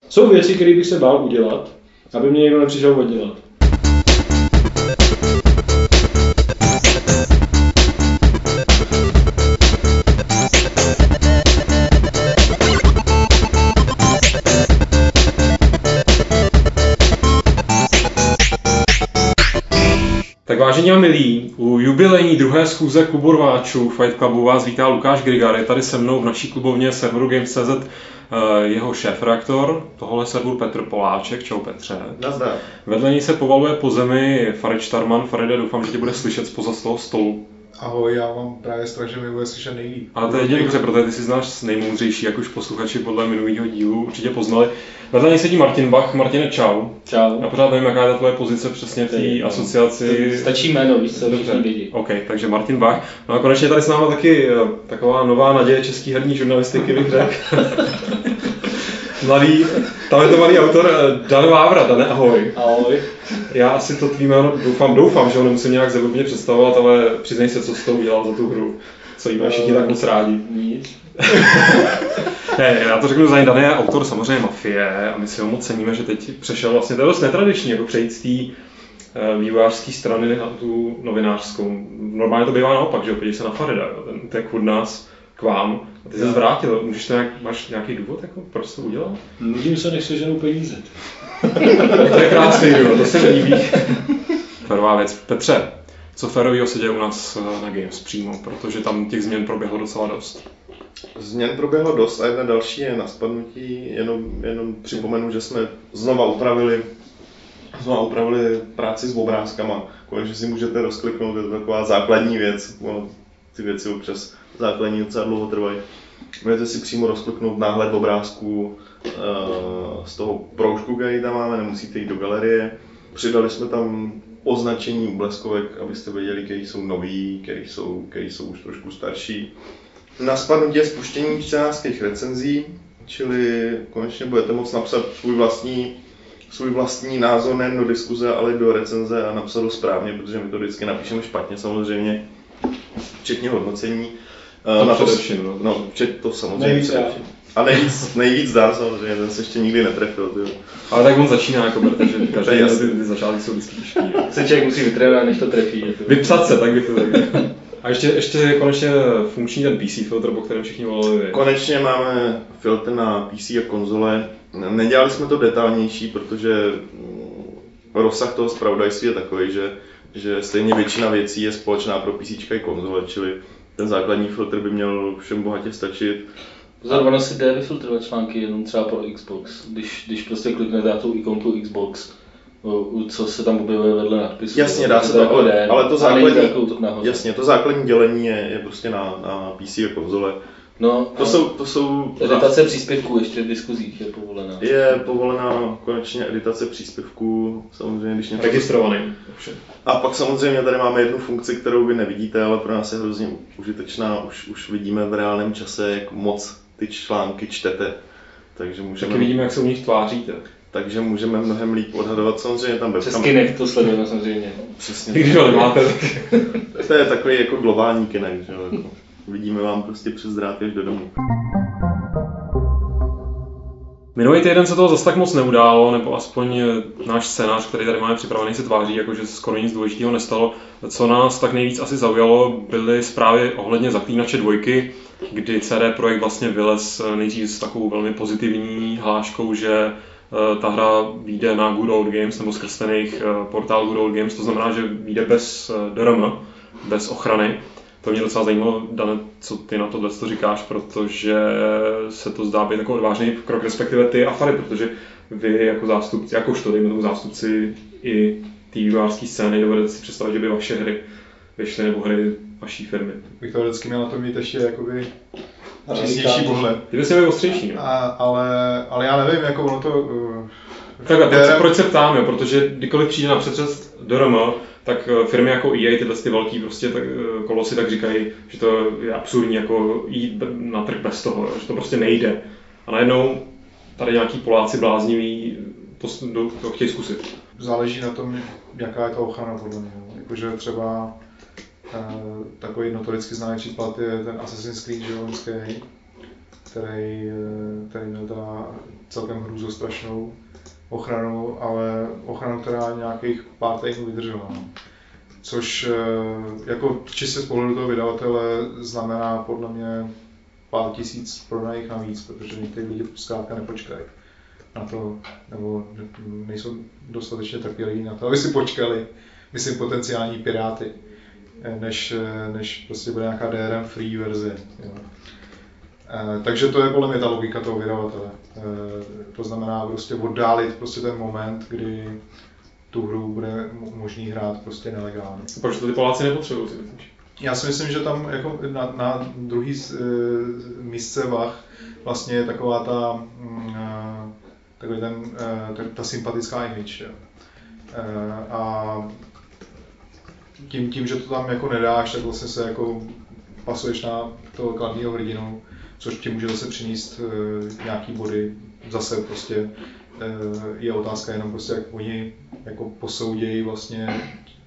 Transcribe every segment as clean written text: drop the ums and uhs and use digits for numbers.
Jsou věci, které bych se bál udělat, aby mě někdo nepřišel oddělat. Tak vážení a milí, u jubilejní druhé schůze klubu rváčů Fight Clubu vás vítá Lukáš Grigar. Je tady se mnou v naší klubovně serveru Games.cz jeho šéfredaktor, tohle serveru Petr Poláček. Čau Petře. Nazdar. Vedle ní se povaluje po zemi Farid Štarman. Faride, doufám, že tě bude slyšet spoza toho stolu. Ahoj, já mám právě strach, že mi bude slyšet nejlíp. Ale to je jedině dobře, protože ty jsi z nás nejmoudřejší, jak už posluchači podle minulého dílu určitě poznali. Vedle ní sedí Martin Bach. Martine, čau. Čau. Já pořád nevím, jaká je ta tvoje pozice přesně v té asociaci. Stačí jméno, víš co, dobře. lidi. OK, takže Martin Bach. No a konečně tady s námi taky taková nová naděje české herní žurnalistiky, bych řekl. Mladý, talentovaný autor Dan Vávra. Dane, ahoj. Ahoj. Já asi to tvý jméno doufám, že ho nemusím nějak zevrubně představovat, ale přiznej se, co jsi to udělal za tu hru. Co jí všichni tak moc rádi. Nic. Ne, já to řeknu za Dan je autor samozřejmě Mafie a my si ho moc ceníme, že teď přešel vlastně, to je dost netradiční, jako přejít z té vývojářské strany na tu novinářskou. Normálně to bývá naopak, že podívej se na Farida, jo? Ten utek od nás k vám a ty se zvrátil. Můžeš to máš nějaký důvod, jako, proč to udělal? Nudím se, než seženou peníze. To je krásný, jo? To se mi líbí. Prvá věc. Petře, co férovýho se děje u nás na Games přímo, protože tam těch změn proběhlo docela dost. Změn proběhlo dost a jedna další je na spadnutí, jenom připomenu, že jsme znova upravili práci s obrázkama. Konečně si můžete rozkliknout, je to taková základní věc, ty věci občas základní docela dlouho trvají. Můžete si přímo rozkliknout náhled obrázků z toho proužku, který tam máme, nemusíte jít do galerie. Přidali jsme tam označení bleskovek, abyste věděli, který jsou nový, který jsou už trošku starší. Na spadnutí je spuštění čtenářských recenzí, čili konečně budete moct napsat svůj vlastní názor nejen do diskuze, ale i do recenze a napsat ho správně, protože my to vždycky napíšeme špatně samozřejmě, včetně hodnocení. To samozřejmě. Nejvíc a nejvíc dá samozřejmě, ten se ještě nikdy netrefil. Tyjo. Ale tak on začíná jako protože každý ty začátky jsou vždycky těžký. Se člověk musí vytrénovat, než to trefí. Vypsat se, tak bych to řekl. A ještě konečně funkční ten PC filtr, po kterém všichni volali. Konečně máme filtr na PC a konzole. Nedělali jsme to detailnější, protože rozsah toho zpravodajství je takový, že stejně většina věcí je společná pro PC i konzole, čili ten základní filtr by měl všem bohatě stačit. Zrovna si jde vyfiltrovat články jenom třeba pro Xbox, když prostě kliknete na tu ikonku Xbox, co se tam objevuje vedle nadpisu. Jasně, dá se to, ale to základní dělení je prostě na PC a konzole. No, to jsou editace příspěvků ještě v diskuzích je povolená. Je povolená konečně editace příspěvků, samozřejmě když něco... Registrovaný. A pak samozřejmě tady máme jednu funkci, kterou vy nevidíte, ale pro nás je hrozně užitečná. Už vidíme v reálném čase, jak moc ty články čtete. Takže taky vidíme, jak se u nich tváříte. Takže můžeme mnohem líp odhadovat, samozřejmě tam webcam. Přes Kinect to sledujeme samozřejmě. Přesně. Když ho nemáte. To je takový jako globální Kinect, že jo, jako. Vidíme vám prostě přes dráty až do domu. Minulý týden se toho zase tak moc neudálo, nebo aspoň náš scénář, který tady máme připravený, se tváří, jakože skoro nic důležitého nestalo. Co nás tak nejvíc asi zaujalo, byly zprávy ohledně Zaklínače 2, kdy CD Projekt vlastně vylez nejdřív s takovou velmi pozitivní hláškou, že ta hra vyjde na Good Old Games, nebo zkreslených portál Good Old Games, to znamená, že vyjde bez DRM, bez ochrany. To mě docela zajímalo, Dane, co ty na tohle říkáš, protože se to zdá být jako odvážný krok, respektive ty a Farid, protože vy jako zástupci, jakožto dejme tomu zástupci i té vývojářské scény, dovedete si představit, že by vaše hry vyšly nebo hry vaší firmy. Bych to vždycky měl na to mít ještě jakoby přísnější pohled. Ty bys měl být ostřejší, no? Ale já nevím, jako ono to... Takhle, proč se ptám, jo? Protože kdykoliv přijde na přetřest DRM, tak firmy jako EA, tyhle ty velký prostě kolosy, tak říkají, že to je absurdní jako jít na trh bez toho, jo? Že to prostě nejde. A najednou tady nějaký Poláci blázniví to chtějí zkusit. Záleží na tom, jaká je ta ochrana podle mě. Jakože třeba takový notoricky známý příklad je ten Assassin's Creed, že loňský, který měl teda celkem hrůzostrašnou ochranu, ale ochranu, která nějakých pár týdnů vydržela. Což jako čistě z pohledu toho vydavatele znamená podle mě pár tisíc prodaných navíc, protože někteří lidi zkrátka nepočkají na to, nebo nejsou dostatečně trpěliví na to, aby si počkali, myslím, potenciální piráty, než prostě bude nějaká DRM free verze. Jo. Takže to je podle mě ta logika toho vydavatele. To znamená prostě oddálit prostě ten moment, kdy tu hru bude možný hrát prostě nelegálně. Proč to ty Poláci nepotřebují, si myslíš? Já si myslím, že tam jako na druhý místce vah vlastně je taková ta sympatická image. Jo. A tím, že to tam jako nedáš, tak vlastně se jako pasuješ na toho kladného hrdinu, což ti může zase přinést nějaký body. Zase prostě je otázka jenom prostě, jak oni jako posoudějí vlastně,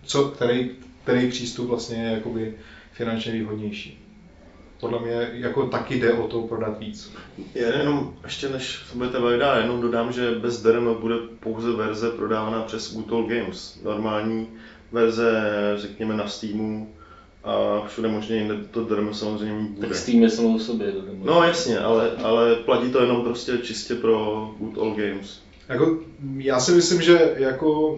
který přístup vlastně je jakoby finančně výhodnější. Podle mě jako taky jde o to prodat víc. Já jenom, ještě než to budete bavit dál, jenom dodám, že bez DRM bude pouze verze prodávaná přes Good Old Games. Normální verze, řekněme, na Steamu a všude možně jinde to DRM samozřejmě mít bude. Tak Steam je samou sobě. No jasně, ale platí to jenom prostě čistě pro Good Old Games. Jako, já si myslím, že jako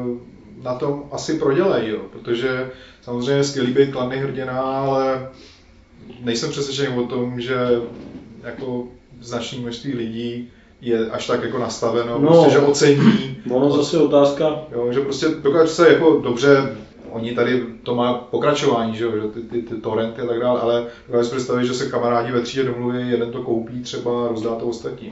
na tom asi prodělají, jo, protože samozřejmě je skvělý být kladný hrdina, ale nejsem přesvědčený o tom, že jako značné množství lidí je až tak jako nastaveno, prostě, že ocení. Ono zase otázka. Jo, že prostě dokáže se jako dobře, oni tady to má pokračování, že ty torrenty a tak dále, ale dokáže si představit, že se kamarádi ve třídě domluví, jeden to koupí třeba a rozdá to ostatním.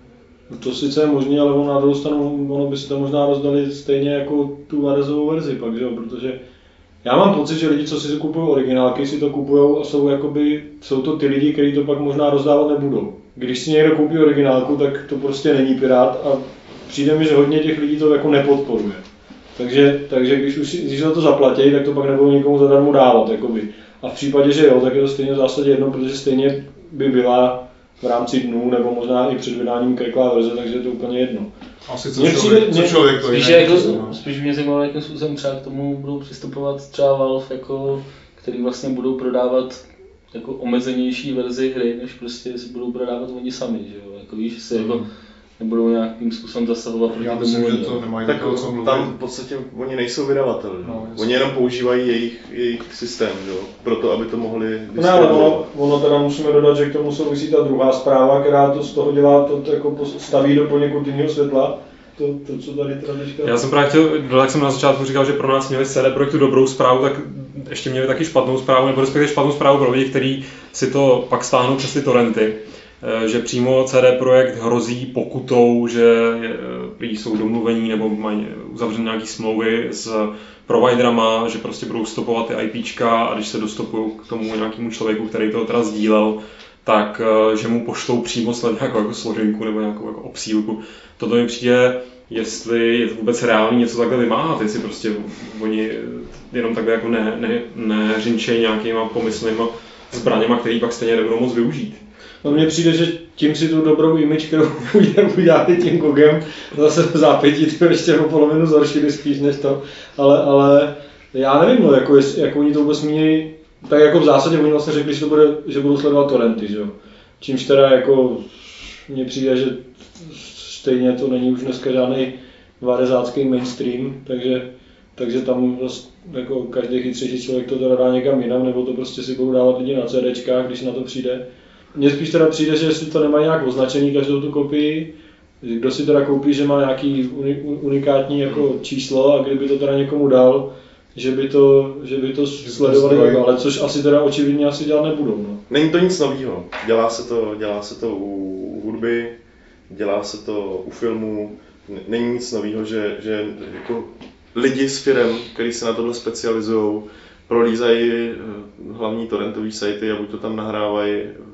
To sice je možné, ale na druhou stranu ono by si to možná rozdali stejně jako tu Varezovou verzi pak, že jo? Protože já mám pocit, že lidi, co si kupují originálky, si to kupují a jsou to ty lidi, kteří to pak možná rozdávat nebudou. Když si někdo koupí originálku, tak to prostě není pirát a přijde mi, že hodně těch lidí to jako nepodporuje. Takže když za to zaplatí, tak to pak nebudou nikomu zadarmo dávat. Jakoby. A v případě, že jo, tak je to stejně v zásadě jedno, protože stejně by byla v rámci dnů nebo možná i před vydáním kreklá verze, takže je to úplně jedno. Asi co člověk to je. Spíš mě zajímalo, jakým způsobem třeba k tomu budou přistupovat třeba Valve, jako, který vlastně budou prodávat jako omezenější verzi hry, než prostě si budou prodávat oni sami, že jo? Jako víš, si jako nebudou nějakým způsobem zasahovat proti tomu. Já myslím, že to nemají tak o co mluvit. Tam v podstatě oni nejsou vydavatelé, oni jenom používají jejich systém, jo? Proto aby to mohli distribuovat. Ono teda musíme dodat, že k tomu souvisí ta druhá zpráva, která to z toho dělá, to jako staví do poněkud jiného světla. To, co tady teďka... Já jsem právě chtěl, jak jsem na začátku říkal, že pro nás měli CD Projektu dobrou zprávu, tak ještě měli taky špatnou zprávu, nebo respektive špatnou zprávu pro lidi, kteří si to pak stáhnou přes ty torrenty. Že přímo CD Projekt hrozí pokutou, že jsou domluvení nebo mají uzavřené nějaké smlouvy s providerama, že prostě budou stopovat ty IPčka a když se dostopují k tomu nějakému člověku, který to teda sdílel, tak že mu pošlou přímo nějakou jako složenku nebo nějakou jako obsílku. Toto mi přijde, jestli je to vůbec reálný něco takhle vymáhat, jestli prostě oni jenom takhle jako neřinčejí nějakýma pomyslnýma zbraněma, který pak stejně nebudou moc využít. No mně přijde, že tím si tu dobrou image, kterou udělali tím GOGem, zase v zápětí to ještě o polovinu zhoršili spíš než to, ale já nevím, no, jak oni to vůbec měli, tak jako v zásadě oni vlastně řekli, že budou sledovat torrenty, že jo. Čímž teda jako mně přijde, že stejně to není už dneska žádný varezácký mainstream, takže tam vlastně jako každý chytřejší člověk to teda dá někam jinam, nebo to prostě si budou dávat lidi na CDčkách, když na to přijde. Mně spíš teda přijde, že jestli to nemají nějak označený každou tu kopii, kdo si teda koupí, že má nějaký unikátní jako číslo a kdyby to teda někomu dal, že by to sledovali, ale což asi teda očividně asi dělat nebudou. No. Není to nic nového. Dělá se to u hudby, dělá se to u filmů. Není nic nového, že jako lidi z firem, kteří se na tohle specializují, prolízají hlavní torrentové sajty a buď to tam nahrávají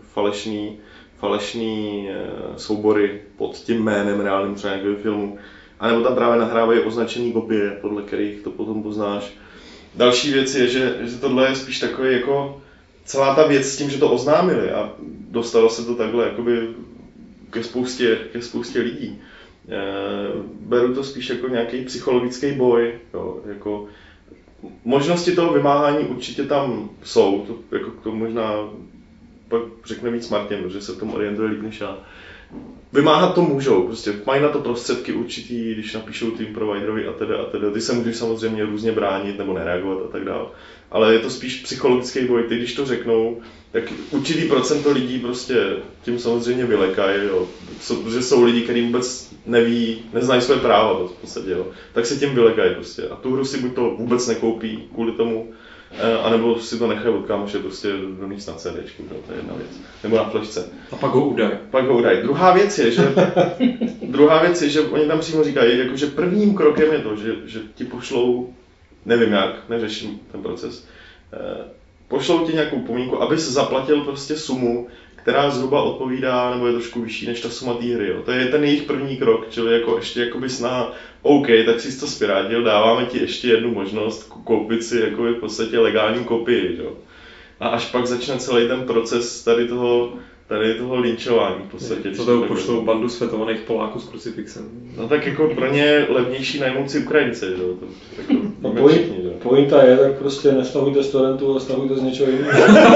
falešný soubory pod tím jménem reálným třeba nějakého filmu, anebo tam právě nahrávají označený kopie, podle kterých to potom poznáš. Další věc je, že tohle je spíš takový jako celá ta věc s tím, že to oznámili a dostalo se to takhle jakoby ke spoustě lidí. Beru to spíš jako nějaký psychologický boj, jo, jako možnosti toho vymáhání určitě tam jsou, to, jako to možná pak řekne víc Martin, protože se v tom orientuje líp než já. Vymáhat to můžou, prostě mají na to prostředky určitý, když napíšou tým providerovi a teda. Ty se můžeš samozřejmě různě bránit nebo nereagovat a tak dále. Ale je to spíš psychologický boj, ty když to řeknou, tak určitý procento lidí prostě tím samozřejmě vylekají, jo. Protože jsou lidi, kteří vůbec neznají své práva v podstatě, jo. Tak se tím vylekají prostě. A tu hru si buď to vůbec nekoupí kvůli tomu, anebo si to nechají od kámoše prostě donést na CDčku, to je jedna věc. Nebo na flešce. A pak ho udají. Druhá věc je, že oni tam přímo říkají, jako, že prvním krokem je to, že ti pošlou, nevím jak, neřeším ten proces, pošlou ti nějakou pomínku, abys zaplatil prostě sumu, která zhruba odpovídá, nebo je trošku vyšší než ta suma té hry. Jo. To je ten jejich první krok, čili jako ještě jakoby snaha, OK, tak si to spirátil, dáváme ti ještě jednu možnost koupit si jako v podstatě legální kopii. Jo. A až pak začne celý ten proces tady toho linčování v podstatě. Co to pošlou bandu světovaných Poláků s krucifixem? No tak jako pro ně levnější najmout si Ukrajince, jo. To, jako, pointa je, tak prostě nestahujte z torrentu, ale stahujte z něčeho jiného.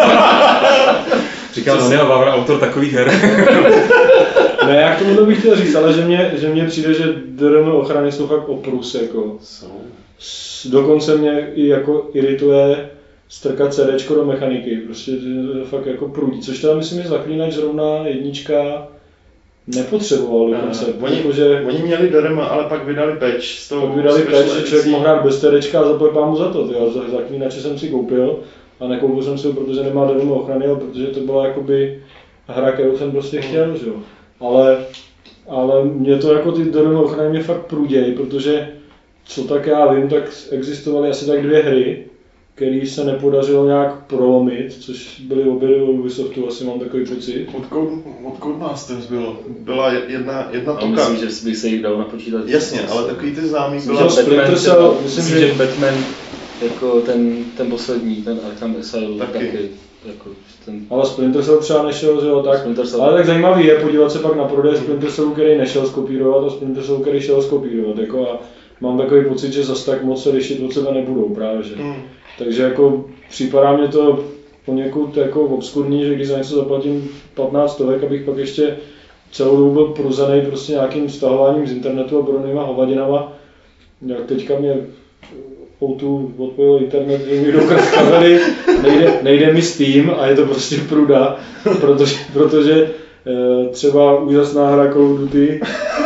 Říká Daniel Vávra, autor takových her. Ne, já k tomu to bych chtěl říct, ale že mně přijde, že DRM ochrany jsou fakt oprus, jako. Dokonce mě i jako irituje strkat CDčko do mechaniky, prostě to je fakt jako prudí, což teda myslím, že Zaklínač zrovna jednička nepotřeboval dokonce. Oni měli DRM, ale pak vydali patch. Že člověk mohl hrát bez CDčka a zaplať pámu za to. Zaklínače jsem si koupil a nekoupil jsem si ho, protože nemá DRM ochrany, ale protože to byla jakoby hra, kterou jsem prostě chtěl, že jo. Ale mě to jako ty DRM ochrany mě fakt pruděj, protože co tak já vím, tak existovaly asi tak 2 hry, který se nepodařilo nějak prolomit, což byly obě do Ubisoftu, asi mám takový pocit. Od Codemasters byla jedna toka. Myslím, že by se jich dalo napočítat. Jasně, ale takový ty známý byla myslím, že Batman jako ten poslední, ten Arkham Asylum taky. Jako ale Splinter Cell třeba nešel, že jo, tak. Ale tak zajímavý je podívat se pak na prodej Splinter Cellu, který nešel skopírovat a Splinter Cellu, který šel skopírovat. Jako a mám takový pocit, že zas tak moc se lišit od sebe nebudou právě, že. Takže jako připadá mě to poněkud jako obskurní, že když za něco zaplatím 15 stovek, abych pak ještě celou dobu byl pruzený prostě nějakým stahováním z internetu a podobnýma hovadinama. Jak teďka mě O2 odpojil internet, že mi do krskaveli, nejde mi Steam a je to prostě pruda, protože třeba úžasná hra Call of Duty,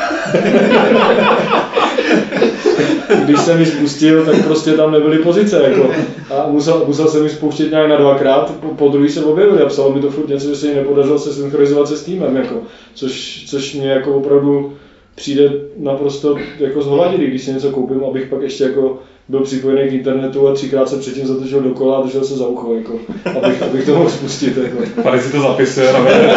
když jsem ji spustil, tak prostě tam nebyly pozice, jako. A musel jsem ji spouštět nějak na 2krát, po druhý se objevili a psalo mi to furt něco, že se jí nepodařilo se synchronizovat se Steamem, jako. Což mě jako opravdu přijde naprosto jako zholadilý, když si něco koupím, abych pak ještě jako byl připojený k internetu a 3krát se předtím zatočil dokola a držel se za ucho, jako, abych to mohl spustit. Jako. Tady si to zapisuje na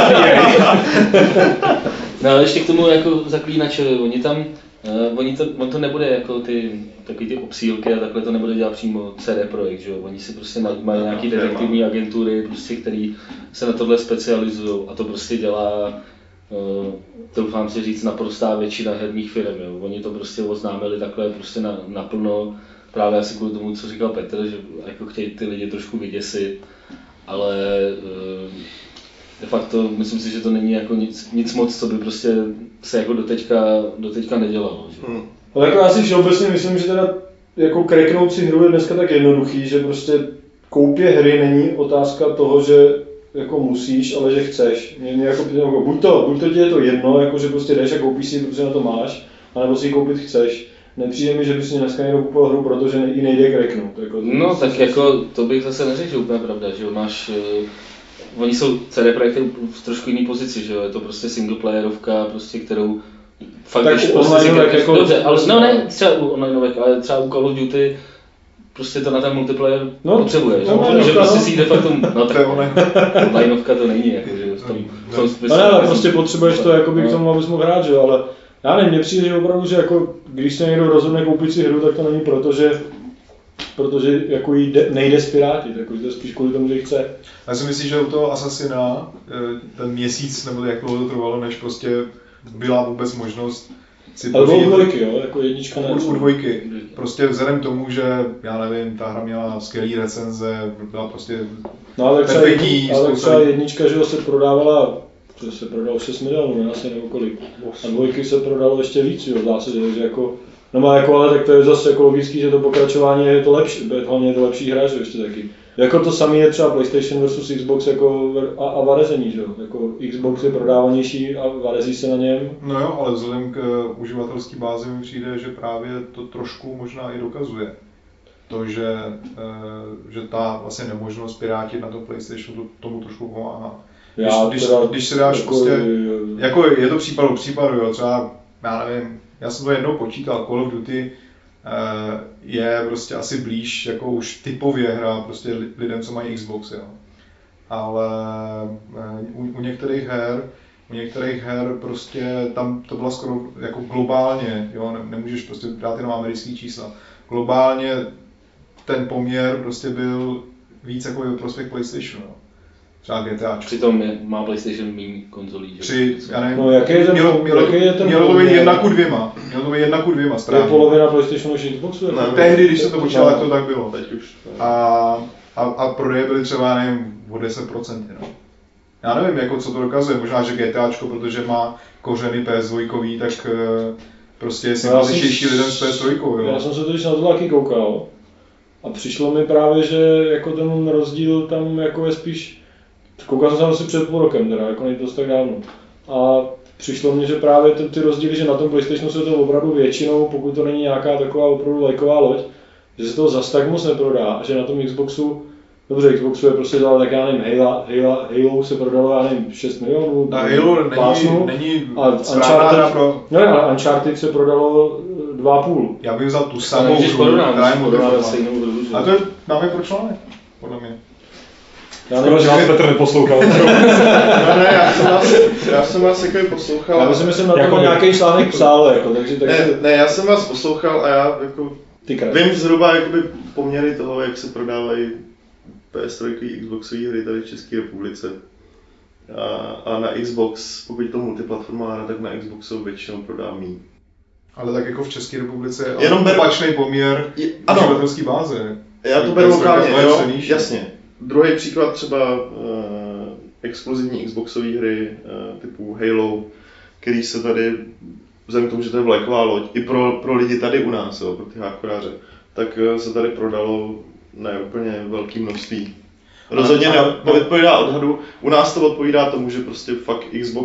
No ale ještě k tomu jako Zaklínačovi, on to nebude jako takový ty obsílky a takhle to nebude dělat přímo CD Projekt, že jo? Oni si prostě mají nějaký detektivní agentury, prostě, který se na tohle specializují a to prostě dělá, doufám si říct, naprostá většina herních firm, jo? Oni to prostě oznámili takhle prostě naplno, právě asi kvůli tomu, co říkal Petr, že jako chtějí ty lidi trošku vyděsit, ale de facto myslím si, že to není jako nic moc, co by prostě se jako doteďka nedělalo. Že? Ale jako já si všeobecně myslím, že teda jako kreknout si hru je dneska tak jednoduchý, že prostě koupě hry není otázka toho, že jako musíš, ale že chceš. Jako, buď to ti je to jedno, jako že prostě jdeš a koupíš si, protože na to máš, anebo si ji koupit chceš. Nepřijde mi, že bys si dneska někdo kupoval hru, protože ji nejde kreknout. Jako, no tak jako to bych zase neřekl, že úplně pravda, že máš... Oni jsou CD Projekty v trošku jiný pozici, že jo, je to prostě singleplayerovka, prostě, kterou fakt tak když prostě jako... Dobře, ale no ne, třeba u onlineovek, ale třeba u Call of Duty prostě to na ten multiplayer potřebuje, že prostě si jde fakt tomu, no tak onlineovka to není, jako, že v tom smyslu. Ale prostě potřebuješ to jakoby k tomu, abys mohl hrát, že jo, ale já nevím, mně přijde, že opravdu, že jako když se někdo rozhodne koupit si hru, tak to není proto, že protože jako jí nejde zpírátit, jako to je spíš kvůli tomu, že chce. Já si myslím, že u toho Assassina ten měsíc nebo jak dlouho to trvalo, než prostě byla vůbec možnost si ale bylo u dvojky, jo, jako jednička ne. U dvojky. Prostě vzhledem tomu, že já nevím, ta hra měla skvělý recenze, byla prostě no, ale perfektní. Ale třeba jednička, že se prodávala, že se prodalo 6 milionů, ne asi nebo kolik. A dvojky se prodalo ještě víc, jo, v zásadě, takže jako, no má jako, ale tak to je zase jako logický, že to pokračování je to lepší, hlavně je to lepší hra, že ještě taky. Jako to samé je třeba PlayStation versus Xbox jako a varezení, že jo? Jako Xbox je prodávanější a varezí se na něm. No jo, ale vzhledem k uživatelské bázi mi přijde, že právě to trošku možná i dokazuje. To, že ta vlastně nemožnost pirátit na tom PlayStationu tomu trošku pomáhá. Když se dáš jako, prostě, jako je to případ od případu, jo, třeba, já nevím, já jsem to jednou počítal, Call of Duty je prostě asi blíž jako už typově hra prostě lidem, co mají Xbox, jo. Ale u některých her prostě tam to bylo skoro jako globálně, jo, nemůžeš prostě dát jenom americký čísla. Globálně ten poměr prostě byl víc jako ve prospěch PlayStationu, jo. Třeba GTA. Přitom má PlayStation méně konzolí, že? Já nevím, no, mělo to být 1:2. Mělo to být 1:2 správně. Je polovina PlayStationu než Xboxu? No, tehdy, když se to počítalo, jak to tak bylo. Teď už. A prodeje byly třeba, nevím, o 10%. No. Já nevím, jako, co to dokazuje. Možná, že GTAčko, protože má kořeny PS2, tak prostě je sympatičnější lidem s PS3. Jo. Já jsem se totiž na to taky koukal. A přišlo mi právě, že jako ten rozdíl tam jako je spíš. Koukal jsem se asi před půl rokem, teda, jako není to tak dávno. A přišlo mně, že právě ty rozdíly, že na tom PlayStationu se to opravdu většinou, pokud to není nějaká taková opravdu lajková loď, že se toho zas tak moc neprodá a že na tom Xboxu, dobře, Xboxu je prostě dál, tak já nevím, Halo se prodalo, já nevím, 6 milionů. Na Halo není Uncharted, pro... No ne, ale Uncharted se prodalo 2,5. Já bych vzal tu samou hru, která je modernizovaná. A to je, máme pro článek, podle mě. Já že vás Petr neposlouchal. Ne, já jsem vás jako poslouchal. Já myslím, na to jako nějaký článek psal, jako, takže... Ne, já jsem vás poslouchal a já jako vím zhruba jakoby poměry toho, jak se prodávají PS3 a Xboxové hry tady v České republice. A na Xbox, pokud je to multiplatformová hra, tak na Xboxu většinou prodá míň. Ale tak jako v České republice je opačný poměr uživatelské báze. Já to beru lokálně, jo, jasně. Druhý příklad třeba exkluzivní Xboxové hry typu Halo, který se tady, vzhledem k tomu, že to je vlajková loď, i pro lidi tady u nás, jo, pro ty hardkoráře, tak se tady prodalo ne úplně velké množství. Rozhodně neodpovídá odhadu, u nás to odpovídá tomu, že prostě fakt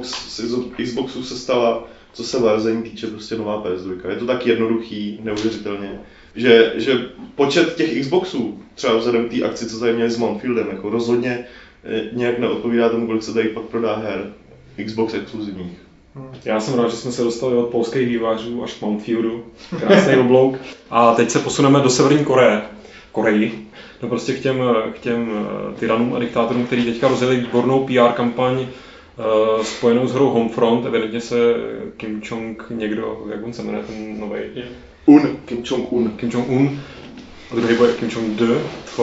Xboxu se stala, co se varezení týče, prostě nová PS2. Je to tak jednoduchý, neuvěřitelně. Že počet těch Xboxů, třeba vzhledem k té akci, co tady měli s Mountfieldem, jako rozhodně nějak neodpovídá tomu, kolik se tady pak prodá her Xbox exkluzivních. Já jsem rád, že jsme se dostali od polských vývojářů až k Mountfieldu, krásný oblouk. A teď se posuneme do Severní Koreji. No prostě k těm tyranům a diktátorům, kteří teďka rozjeli výbornou PR kampaň spojenou s hrou Homefront. Evidentně se Kim Jong někdo, jak on se jmenuje ten novej? Kim Jong-un. Kim Jong-un. A druhý bude Kim Jong-de.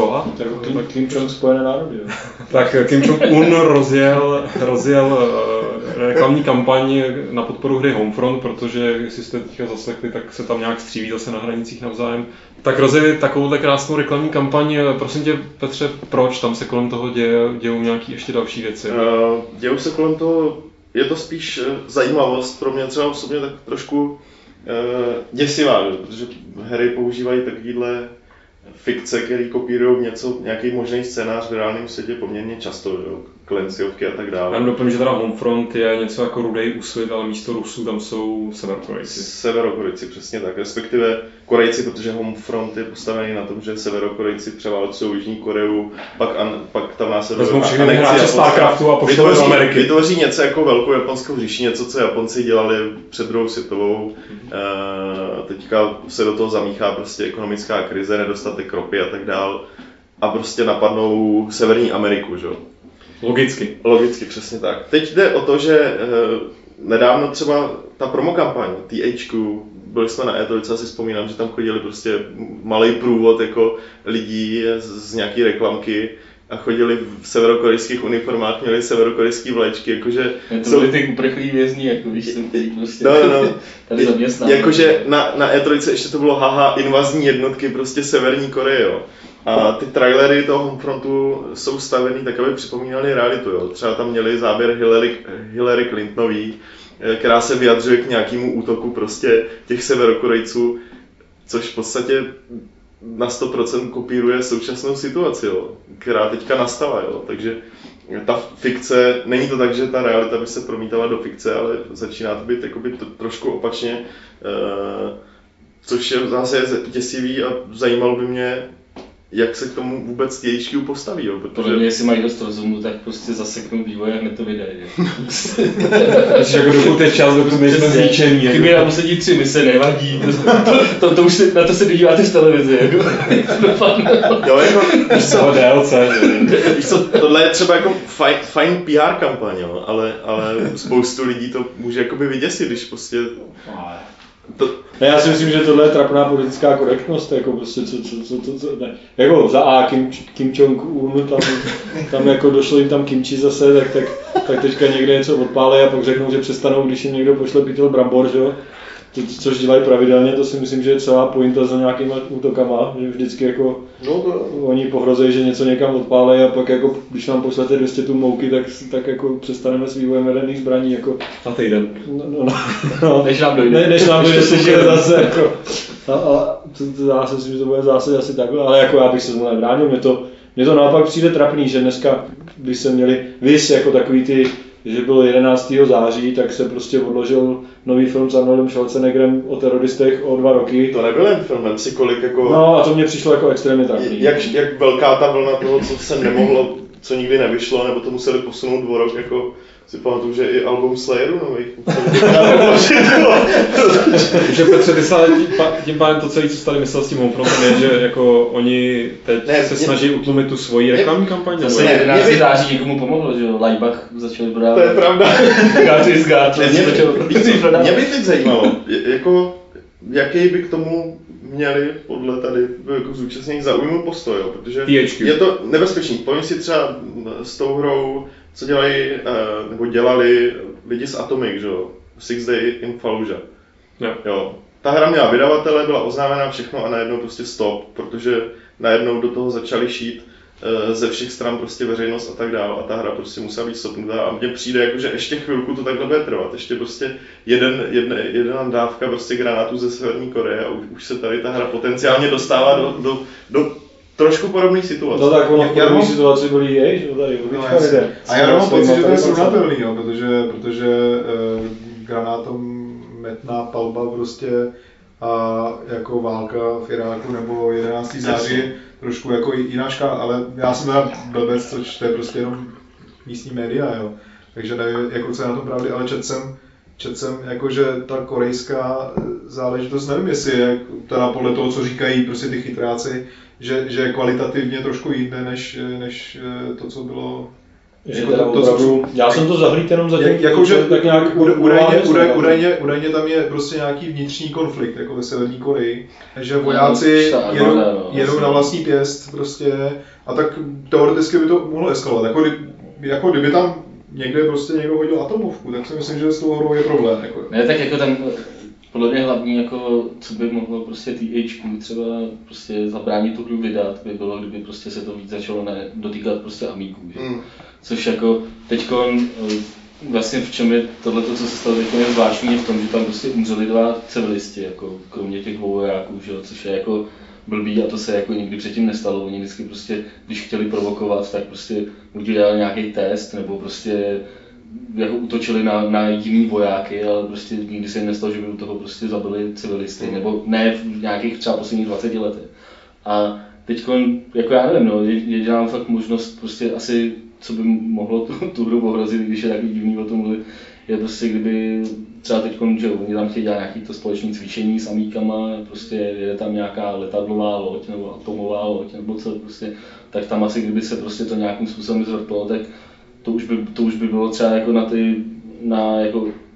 Kim Jong Spojené národy. Tak Kim Jong-un rozjel reklamní kampaň na podporu hry Homefront, protože jestli jste teďka zaslechli, tak se tam nějak stříví zase na hranicích navzájem. Tak rozjeli takovouhle krásnou reklamní kampaň. Prosím tě, Petře, proč tam se kolem toho dějou nějaké ještě další věci? Dějou se kolem toho, je to spíš zajímavost pro mě třeba osobně tak trošku děsivá, protože hry používají takovýhle fikce, které kopírují nějaký možný scénář v reálném světě poměrně často, jo? Klenciovky a tak dále. Já doplním, že teda Homefront je něco jako Rudej úsvit, ale místo Rusů tam jsou Severokorejci. Severokorejci, přesně tak, respektive Korejci, protože Homefront je postavený na tom, že Severokorejci převálcují Jižní Koreu, pak tam následuje vezmou všechny hráče Starcraftu a pošlou do Ameriky. Vytvoří něco jako velkou japonskou říši, něco, co Japonci dělali před druhou světovou. Teďka se do toho zamíchá prostě ekonomická krize, nedostatek ropy a tak dál. A prostě napadnou Severní Ameriku, že? Logicky, přesně tak. Teď jde o to, že nedávno třeba ta promokampaň, THQ, byli jsme na E3, asi vzpomínám, že tam chodili prostě malý průvod jako lidí z nějaký reklamky a chodili v severokorejských uniformách, měli severokorejský vlaječky, jakože... To byli ty uprchlí vězni, jako víš, který prostě tady zaměstnávají. Jakože na E3 ještě to bylo haha, invazní jednotky prostě Severní Koreje, jo. A ty trailery toho Homefrontu jsou stavený tak, aby připomínaly realitu, jo. Třeba tam měli záběr Hillary Clintonový, která se vyjadřuje k nějakému útoku prostě těch Severokorejců, což v podstatě na 100% kopíruje současnou situaci, jo, která teďka nastala, jo. Takže ta fikce, není to tak, že ta realita by se promítala do fikce, ale začíná to být jakoby trošku opačně, což je zase děsivý a zajímalo by mě, jak se k tomu vůbec THQ postaví, jo, protože... Podle mě, jestli mají dost rozumu, tak prostě zaseknou vývoj a hned to vydají, jo. Když jako dokud je čas, dokud nejsme zničený. Chybí na poslední 3 mise, nevadí, to už na to se díváte v televizi, jako. Jo, jako, víš co, DLC, víš co, tohle je třeba jako fajn PR kampaň, jo, ale spoustu lidí to může jakoby vyděsit, když prostě... Ne, já si myslím, že tohle je trapná politická korektnost, jako prostě ne. Jako za A Kim Jong-un, tam jako došlo jim tam kimči zase, tak teďka někde něco odpálí a pak řeknou, že přestanou, když jim někdo pošle pytel brambor, že jo. Což dělají pravidelně, to si myslím, že je celá pointa za nějakýma útokama, že vždycky jako oni pohrozejí, že něco někam odpálí a pak jako, když nám pošlete 200 tun mouky, tak jako přestaneme s vývojem jaderných zbraní, jako... Na týden. No, než nám dojde. Než nám dojde, že zase jako... Já si myslím, že to bude v zásadě asi takhle, ale jako já bych se tomu nebránil, mě to naopak přijde trapný, že dneska, když se měli vys jako takový ty, že bylo 11. září, tak se prostě odložil nový film s Arnoldem Schwarzeneggerem o teroristech o 2 roky. To nebyl jen film, vem si kolik jako... No a to mě přišlo jako extrémně trapný. Jak velká ta vlna toho, co se nemohlo, co nikdy nevyšlo, nebo to museli posunout 2 roky, jako si pamatuju, že i album Slayeru nových. Že Petře, ty tím pádem to celé, co jsi tady myslel s tím Homefrontem, je, že jako oni teď se snaží utlumit tu svoji reklamní kampaň? Zase 11. září někomu pomohlo, že jo, Leibach začali prodávat. To je pravda. God is God, Mě by teď zajímalo, jako, jaký by k tomu měli podle tady jako zúčastněných zaujmout postoj, jo? Protože je to nebezpečný. Povím si třeba s tou hrou, co dělají, nebo dělali lidi z Atomic, že jo? 6 Days in Fallujah. Jo. Ta hra měla vydavatele, byla oznámená všechno a najednou prostě stop, protože najednou do toho začali šít ze všech stran prostě veřejnost a tak dále a ta hra prostě musela být stopnutá a mně přijde jako, že ještě chvilku to takhle bude trvat, ještě prostě jedna dávka prostě granátů ze Severní Koreje a už se tady ta hra potenciálně dostává do trošku podobných situací. No tak ono v podobných situaci byli jej, že tady a já mám pocit, že to je srovnatelný, jo, protože granátometná palba prostě a jako válka v Iráku nebo 11. září trošku jako jiná škála, ale já jsem teda blbec, což to je prostě jenom místní média, jo. Takže nevím, jako co je na tom pravdy, ale četl jsem jako, že ta korejská záležitost, nevím jestli je teda podle toho, co říkají prostě ty chytráci, že je kvalitativně trošku jiné než to, co bylo. Já jsem to zahlíd jenom za tím, jakože tak nějak údajně tam je prostě nějaký vnitřní konflikt jako ve Severní Koreji, že vojáci jedou na vlastní pěst prostě a tak teoreticky by to mohlo eskalovat. Jako kdyby tam někde prostě někdo hodil atomovku, tak si myslím, že s tou hrou je problém. Jako. Ne, tak jako tam podle mě hlavní, jako, co by mohlo prostě THQ třeba prostě zabránit tu hru vydat, by bylo, kdyby prostě se to víc začalo dotýkat prostě amíků, že? Což jako teďko vlastně v čem je tohleto, co se stalo teďko je zvláštní v tom, že tam prostě umřeli 2 civilisti, jako kromě těch 2 vojáků, že? Což je jako blbý a to se jako nikdy předtím nestalo. Oni vždycky prostě, když chtěli provokovat, tak prostě udělali nějaký test nebo prostě jako útočili na jiný vojáky, ale prostě nikdy se jim nestalo, že by u toho prostě zabili civilisty, nebo ne v nějakých třeba posledních 20 letech. A teďko, jako já nevím, no, jediná fakt možnost prostě asi, co by mohlo tu hru ohrozit, když je takový divný o tom mluvit, je prostě kdyby třeba teď, že oni tam chtějí dělat nějaké to společné cvičení s amíkama, prostě jede tam nějaká letadlová loď nebo atomová loď nebo co prostě, tak tam asi kdyby se prostě to nějakým způsobem zvrtlo, tak to už by bylo třeba jako na jako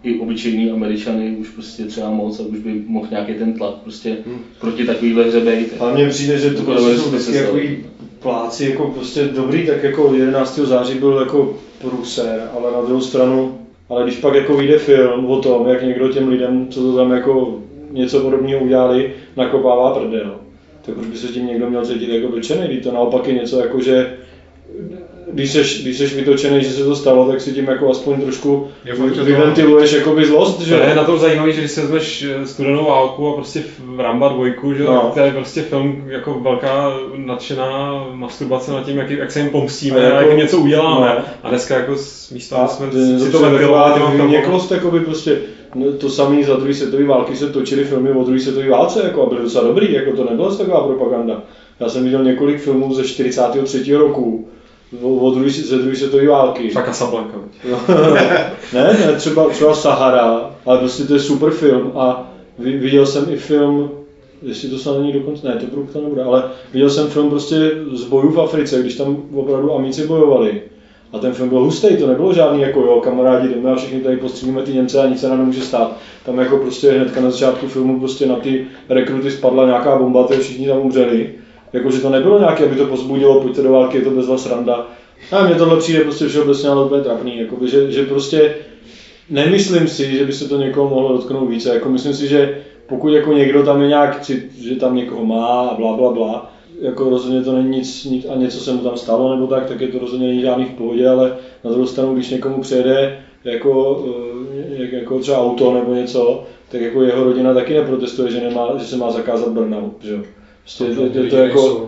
i obyčejní Američany už prostě třeba moc a už by mohl nějaký ten tlak prostě proti takovýhle hře bejt. Ale mně přijde, že to prostě jsou vždycky takový pláci jako prostě dobrý, tak jako 11. září byl jako průser, ale na druhou stranu, ale když pak jako vyjde film o tom, jak někdo těm lidem, co to tam jako něco podobného udělali, nakopává prdel, tak už by se tím někdo měl cítit jako dotčený, když to naopak je něco jako, že když seš vytočený, že se to stalo, tak si tím jako aspoň trošku vyventiluješ jakoby zlost, že? To je na to zajímavé, že když si vezmeš Studenou válku a prostě v Ramba 2, že to je prostě film jako velká nadšená masturbace nad tím, jak se jim pomstíme, jako, jak jim něco uděláme. No. A dneska jako místo jsme si to ventilovali těma filmama. Několik jakoby prostě to samé za druhé světové války se točily filmy o druhé světové válce jako, a byly docela dobrý, jako to nebyla taková propaganda. Já jsem viděl několik filmů ze 43. roku, ze druhé světové války. Třeba Casablanca. ne, třeba Sahara, ale prostě to je super film a viděl jsem i film, jestli to snad není dokonce, ne, to nebude, ale viděl jsem film prostě z bojů v Africe, když tam opravdu Amici bojovali. A ten film byl hustý, to nebylo žádný jako jo, kamarádi, jdeme a všichni tady postřílíme ty Němce a nic se nám nemůže stát. Tam jako prostě hnedka na začátku filmu prostě na ty rekruty spadla nějaká bomba, ty všichni tam umřeli. Jakože to nebylo nějaké, aby to pozbudilo, pojďte do války, je to bezva sranda. A mně tohle přijde prostě všeobecně ale úplně trapný, jakoby, že prostě nemyslím si, že by se to někoho mohlo dotknout více, jako myslím si, že pokud jako někdo tam je nějak, že tam někoho má a bla, jako rozhodně to není nic a něco se mu tam stalo nebo tak je to rozhodně není žádný v pohodě, ale na druhou stranu, když někomu přijede jako třeba auto nebo něco, tak jako jeho rodina taky neprotestuje, že se má zakázat burnout, že jo. Prostě to jako...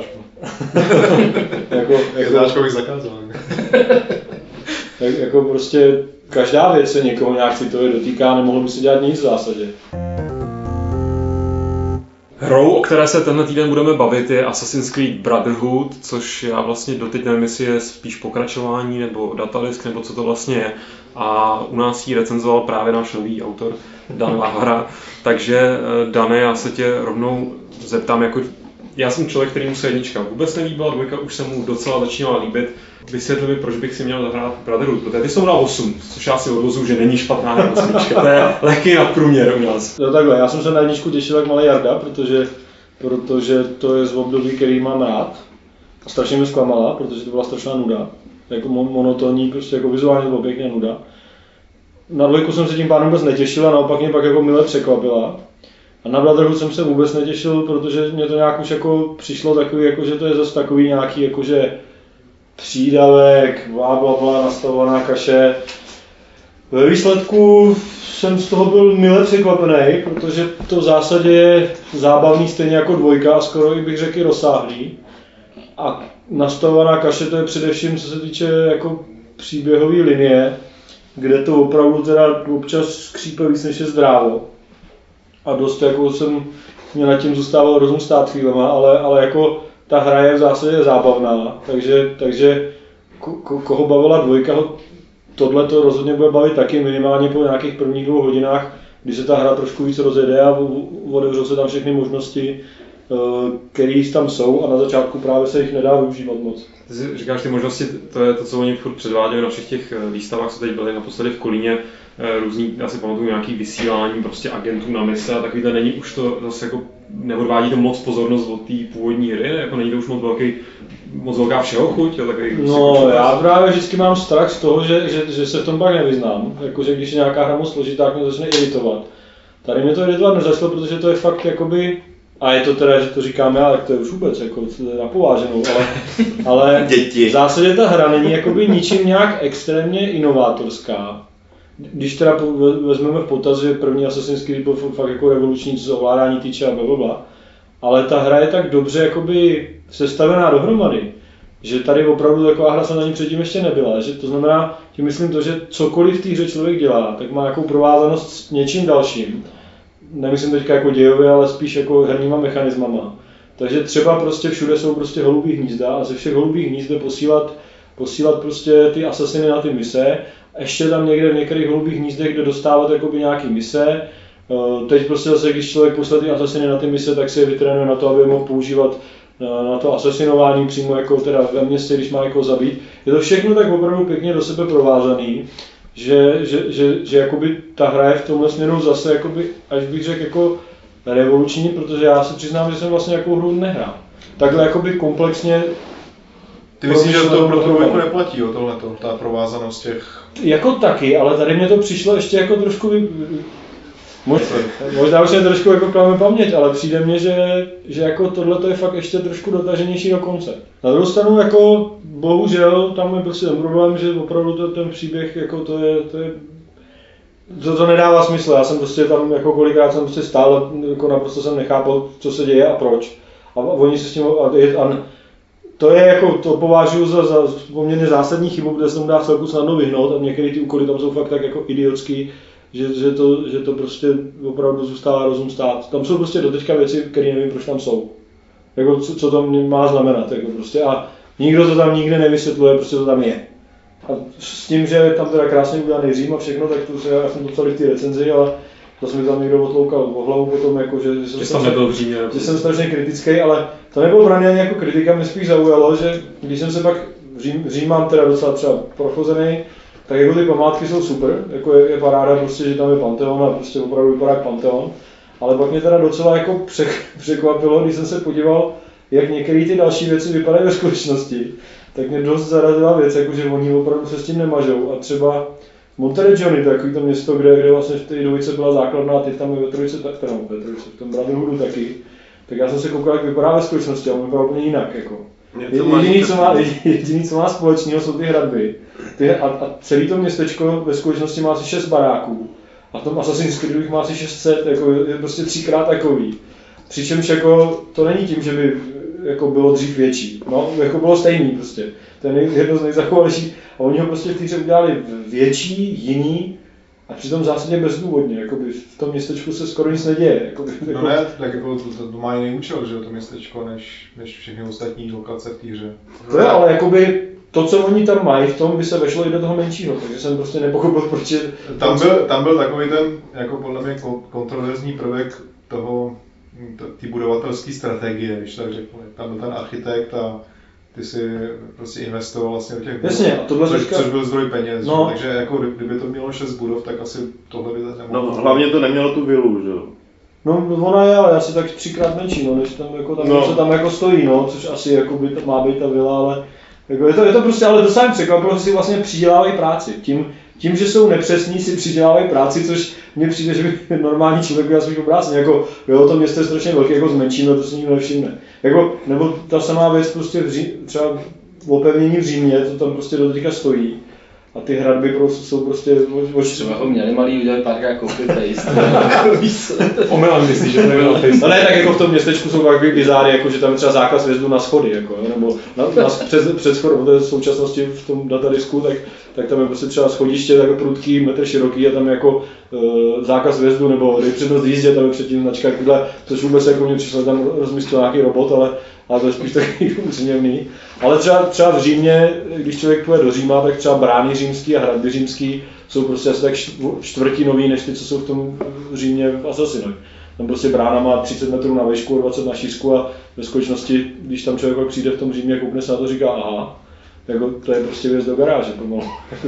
Gerdáčko bych zakázal. Jako prostě každá věc se někoho nějak citově dotýká, nemohlo by se dělat nic v zásadě. Hrou, o které se tenhle týden budeme bavit, je Assassin's Creed Brotherhood, což já vlastně doteď nevím, jestli je spíš pokračování nebo datadisk, nebo co to vlastně je. A u nás ji recenzoval právě náš nový autor Dan Vávra. Takže Dane, já se tě rovnou zeptám, jako já jsem člověk, který mu se jednička vůbec nelíbila, dvojka už se mu docela začínala líbit. Vysvětli mi, proč bych si měl zahrát Brotherhood, protože ty jsou na 8, což já si odvozu, že není špatná osmička, to je lehký nadprůměr u nás. No takhle, já jsem se na jedničku těšil jak malý Jarda, protože to je z období, který mám rád. A strašně mě zklamala, protože to byla strašná nuda. Jako monotónní, prostě jako vizuálně bylo pěkně nuda. Na dvojku jsem se tím pádem vůbec netěšil a naopak mě pak jako mile překvapila. A na Brotherhood jsem se vůbec netěšil, protože mě to nějak už jako přišlo takový, jako že to je zase takový nějaký jakože přídavek, bla, nastavovaná kaše. Ve výsledku jsem z toho byl mile překvapený, protože to v zásadě je zábavný stejně jako dvojka a skoro i bych řekl rozsáhlý. A nastavovaná kaše to je především, co se týče jako příběhové linie, kde to opravdu teda občas skřípe víc než je zdrávo. A dost jako mě nad tím zůstával rozum stát chvílema, ale jako ta hra je v zásadě zábavná, takže koho bavila dvojka, tohle to rozhodně bude bavit taky minimálně po nějakých prvních 2 hodinách, kdy se ta hra trošku víc rozjede a otevřou se tam všechny možnosti, které tam jsou a na začátku právě se jich nedá využívat moc. Ty říkáš ty možnosti, to je to, co oni furt předváděli na všech těch výstavách, co teď byly naposledy v Kolíně, různý, já si pamatuju nějaký vysílání prostě agentů na mise a takovýhle není už to zase jako neodvádí to moc pozornost od té původní hry, jako není to už moc velká všeho chuť? No já právě vždycky mám strach z toho, že se v tom pak nevyznám, jakože když je nějaká hra moc složitá, tak mě začne iritovat. Tady mě to iritovat nezačalo, protože to je fakt jakoby, a je to teda, že to říkám já, tak to je už vůbec jako napováženou, ale v zásadě ta hra není jakoby ničím nějak extrémně inovátorská. Když teda vezmeme v potaz, že první Assassin's Creed byl fakt jako revoluční, co se ovládání týče a blablabla, ale ta hra je tak dobře jakoby sestavená dohromady, že tady opravdu taková hra jsem na ní předtím ještě nebyla. Že to znamená, že myslím to, že cokoliv v té hře člověk dělá, tak má nějakou provázanost s něčím dalším. Nemyslím teďka jako dějově, ale spíš jako herníma mechanismama. Takže třeba prostě všude jsou prostě holubí hnízda a ze všech holubých hnízd jde posílat prostě ty asasiny na ty mise. Ještě tam někde v některých holubých hnízdech, kde dostávat jakoby nějaký mise. Teď prostě zase, když člověk pošle ty asasiny na ty mise, tak si je vytrénuje na to, aby je mohl používat na to asasinování přímo jako teda ve městě, když má jako zabít. Je to všechno tak opravdu pěkně do sebe provázaný, že jakoby ta hra je v tomhle směru zase jakoby, až bych řekl jako revoluční, protože já se přiznám, že jsem vlastně nějakou hru nehrál. Takhle jakoby komplexně. Ty myslíš, že to pro trojku neplatí, jo, tohleto, ta provázanost těch... Jako taky, ale tady mě to přišlo ještě jako trošku... Možná už je trošku jako klame paměť, ale přijde mně, že jako tohle je fakt ještě trošku dotaženější do konce. Na druhou stranu jako bohužel tam je prostě ten problém, že opravdu ten příběh jako to nedává smysl. Já jsem prostě tam jako kolikrát jsem prostě stál jako naprosto jsem nechápal, co se děje a proč. A oni se s tím to je jako, to považuji za poměrně zásadní chybu, protože se tomu dá celku snadno vyhnout a některé ty úkoly tam jsou fakt tak jako idiotský, že to prostě opravdu zůstává rozum stát. Tam jsou prostě doteďka věci, které nevím, proč tam jsou. Jako, co to má znamenat, jako prostě. A nikdo to tam nikdy nevysvětluje, prostě to tam je. A s tím, že tam teda krásně udělaný Řím a všechno, tak to já jsem to psal v té recenzi, ale to jsem mi tam někdo otloukal o hlavu potom, jako, že jsem strašně kritický, ale to nebylo pro mě ani jako kritika, mě spíš zaujalo, že když jsem se pak Řím mám teda docela třeba prochozený, tak jako ty památky jsou super, jako je paráda prostě, že tam je Panteon a prostě opravdu vypadá jak Panteon, ale pak mě teda docela jako překvapilo, když jsem se podíval, jak některé ty další věci vypadají ve skutečnosti, tak mě dost zarazila věc, jako že oni opravdu se s tím nemažou a třeba Monteriggioni, to je takový to město, kde vlastně v té dvojice byla základna a teď tam je ve trojice, v tom Brotherhoodu Hoodu taky, tak já jsem se koukal, jak vypadá ve skutečnosti a on vypadá úplně jinak, jako. Jediný, co má společného, jsou ty hradby. A celé to městečko ve skutečnosti má asi 6 baráků. A v tom Assassin's Creedu má asi 600, jako je prostě 3x takový. Přičemž jako to není tím, že by jako bylo dřív větší. No, jako bylo stejný prostě. To je jedno z nejzachovalejších. A oni ho prostě v té hře udělali větší, jiný, a přitom zásadně bezdůvodně, jakoby v tom městečku se skoro nic neděje. Jakoby, no ne, tak jako to má jiný účel, že to městečko, než všechny ostatní lokace v té hře. To je, ale jakoby to, co oni tam mají, v tom by se vešlo i do toho menšího, takže jsem prostě nepochopil, proč je... Tam byl takový ten, jako podle mě, kontroverzní prvek toho, ty budovatelské strategie, když tak řeknu. Tam byl ten architekt a ty si prostě investoval vlastně do těch budov, což byl zdroj peněz, no. Takže jako kdyby to mělo 6 budov, tak asi tohle by tak nemohlo. No hlavně to nemělo tu vilu, že jo? No ona je, ale asi tak 3x menší, no, než tam jako se tam jako stojí, no, což asi jako by má být ta vila, ale jako je to prostě, ale docela překvapilo, že si vlastně přidělávají práci. Tím, že jsou nepřesní, si přidělávají práci, což mně přijde, že by normální člověk byl spíš obrácený, jako jo, to město je strašně velké, jako zmenšíme, to si nikdo nevšimne. Jako, nebo ta samá věc prostě třeba opevnění v Římě, to tam prostě do teďka stojí. A ty hradby jsou prostě... Třeba ho měli malý udělat párkrát copy-paste. Omylem myslíš, že to nebylo paste. No ne, tak jako v tom městečku jsou takový bizáry, jako že tam je třeba zákaz vjezdu na schody, jako, nebo před schody, v současnosti v tom datadisku, tak tam je prostě třeba schodiště tak prudký, metr široký a tam je jako zákaz vjezdu nebo dej přednost jízdě, tam je předtím značka, což vůbec jako mě přišlo, tam rozmístil nějaký robot, ale to je spíš takový úsměvný. Ale třeba v Římě, když člověk půjde do Říma, tak třeba brány římský a hradby římský jsou prostě asi tak čtvrtinový než ty, co jsou v tom Římě v Assassinovi. Tam prostě brána má 30 metrů na výšku, 20 na šířku a ve skutečnosti, když tam člověk přijde v tom Římě, koukne se na to a říká aha, jako to je prostě věc do garáže pomalu.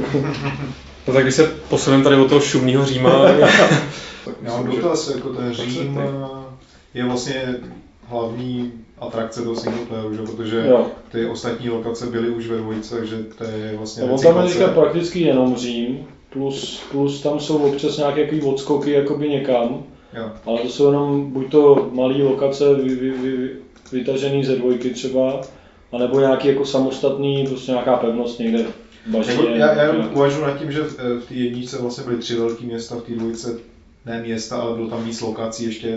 No tak když se posuneme tady od toho šumného Říma... Já mám dotaz, jako ten Řím je vlastně hlavní atrakce toho singleplayeru, že? Protože ty ostatní lokace byly už ve dvojce, takže to je vlastně recyklace. Tam je teďka prakticky jenom Řím, plus tam jsou občas nějaké odskoky jakoby někam, ale to jsou jenom buď to malé lokace vytažené ze dvojky třeba, anebo nějaký jako samostatný, prostě nějaká pevnost někde v bažině. Já uvažuji nad tím, že v té jedničce vlastně byly 3 velké města, v té dvojce ne města, ale bylo tam víc lokací ještě.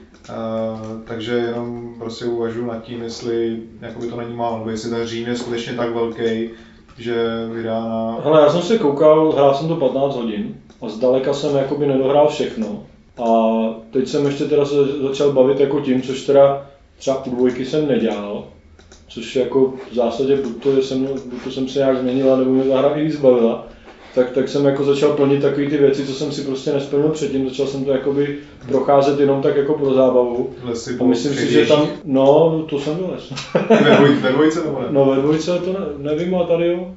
Takže jenom prostě uvažuji nad tím, jestli jakoby to není málo, nebo jestli ten Řím je skutečně tak velký, že vydá na... Hele, já jsem se koukal, hrál jsem to 15 hodin a zdaleka jsem jakoby nedohrál všechno. A teď jsem ještě teda se začal bavit jako tím, což teda třeba u dvojky jsem nedělal, což jako v zásadě buď to jsem se nějak změnila, nebo mě ta hra i víc bavila. Tak jsem jako začal plnit takové ty věci, co jsem si prostě nesplnil předtím, začal jsem to jakoby procházet jenom tak jako pro zábavu. A myslím si, že tam, no to jsem byl les. Ve dvojce nebo ne? No ve dvojce to nevím, a tady jo.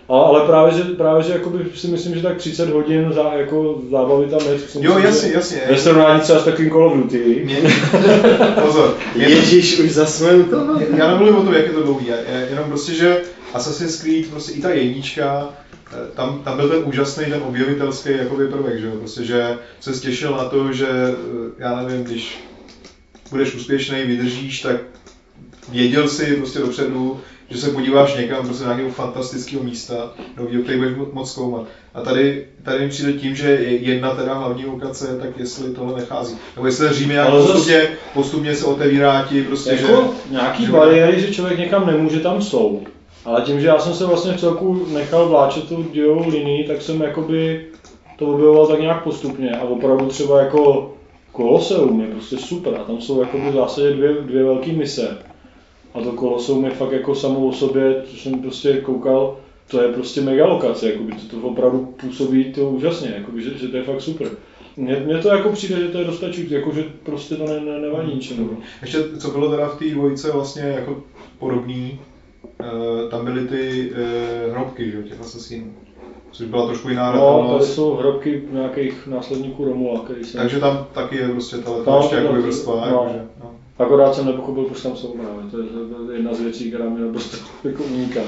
Ale právě že jakoby si myslím, že tak 30 hodin jako zábavy tam je. Jo, jasně. Ve srovnání třeba s takovým Call of Duty. Pozor. Ježíš, už zase u toho. Já nemluvím o tom, jak je to dlouhý, jenom prostě, že Assassin's Creed, prostě i ta jednička, tam byl ten úžasný, ten objevitelský jakoby prvek, že jo, prostě, že se těšil na to, že já nevím, když budeš úspěšný, vydržíš, tak věděl si prostě dopředu, že se podíváš někam prostě na nějakého fantastického místa, novýho, který budeš moc zkoumat. A tady mi přijde tím, že jedna teda hlavní lokace, tak jestli tohle nechází. Nebo jestli ten Řím nějak postupně se otevírá ti prostě, jako že... nějaký bariéry, že člověk někam nemůže, tam jsou. Ale tím, že já jsem se vlastně v celku nechal vláčet tu dějovou linii, tak jsem jakoby to objevoval tak nějak postupně. A opravdu třeba jako Koloseum je prostě super. A tam jsou jakoby v zásadě dvě velké mise. A to Koloseum je fakt jako samo o sobě, co jsem prostě koukal, to je prostě mega lokace, jakoby to opravdu působí to úžasně, jakoby, že to je fakt super. Mně to jako přijde, že to je dostačující, jako že prostě to nevadí ničemu. Ještě co bylo teda v té dvojice vlastně jako podobný, tam byly ty hrobky, že, těch asasínů. Což byla trošku jiná no, tady jsou hrobky nějakých následníků Romula, který jsem... Takže tam taky je prostě ta ještě jakoby vrstva, no. jakože, no. Akorát jsem nepochopil, proč tam jsou právě. To je jedna z věcí, která mě naprosto jako uniká.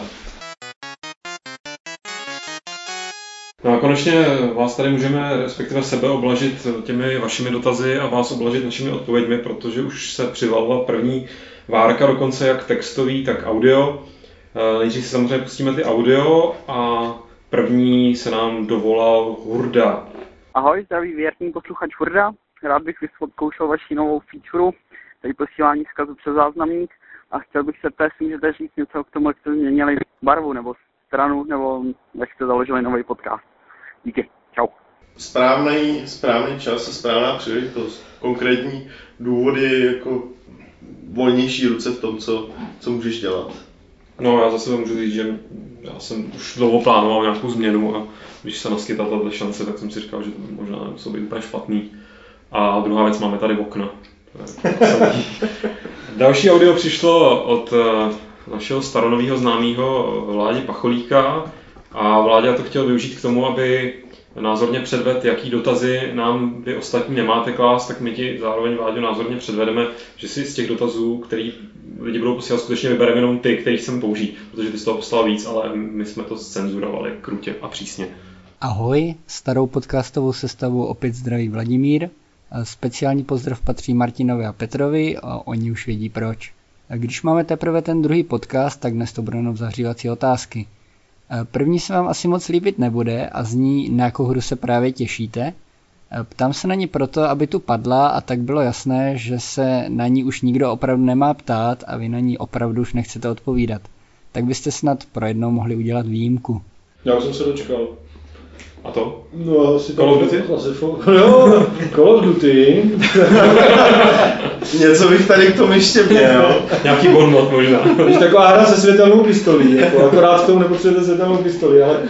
No a konečně vás tady můžeme, respektive sebe, oblažit těmi vašimi dotazy a vás oblažit našimi odpověďmi, protože už se přivalila první várka, dokonce jak textový, tak audio. Nejdřív si samozřejmě pustíme ty audio a první se nám dovolal Hurda. Ahoj, zdraví věrný posluchač Hurda. Rád bych vyzkoušel vaši novou featureu, tedy posílání vzkazu přes záznamník, a chtěl bych se ptát, můžete říct něco k tomu, jak jste změnili barvu nebo stranu, nebo jak jste založili nový podcast. Díky, čau. Správný čas a správná příležitost. Konkrétní důvody, jako volnější ruce v tom, co můžeš dělat. No, já zase můžu říct, že já jsem už dlouho plánoval nějakou změnu a když se naskytla tato šance, tak jsem si říkal, že to možná nemusí být úplně špatný. A druhá věc, máme tady okna. Další audio přišlo od našeho staronového známého Vládi Pacholíka a Vláďa to chtěl využít k tomu, aby názorně předvedl, jaký dotazy nám vy ostatní nemáte klást, tak my ti zároveň, Vláďo, názorně předvedeme, že si z těch dotazů, který lidi budou posílat, skutečně vybereme jenom ty, který chceme použít, protože ty z toho poslal víc, ale my jsme to zcenzurovali krutě a přísně. Ahoj, starou podcastovou sestavu opět zdraví Vladimír. Speciální pozdrav patří Martinovi a Petrovi a oni už vědí proč. Když máme teprve ten druhý podcast, tak dnes to budou jenom zahřívací otázky. První se vám asi moc líbit nebude a zní, na jakou hru se právě těšíte. Ptám se na ní proto, aby tu padla a tak bylo jasné, že se na ní už nikdo opravdu nemá ptát a vy na ní opravdu už nechcete odpovídat. Tak byste snad pro jednou mohli udělat výjimku. Já už jsem se dočkal. A to? No, asi Call of Duty? Jo, Call of Duty. Něco bych tady k tomu ještě měl. Nějaký bonmot možná. Když taková hra se světelnou pistolí, jako akorát k tomu nepotřebujete světelnou pistoli, ale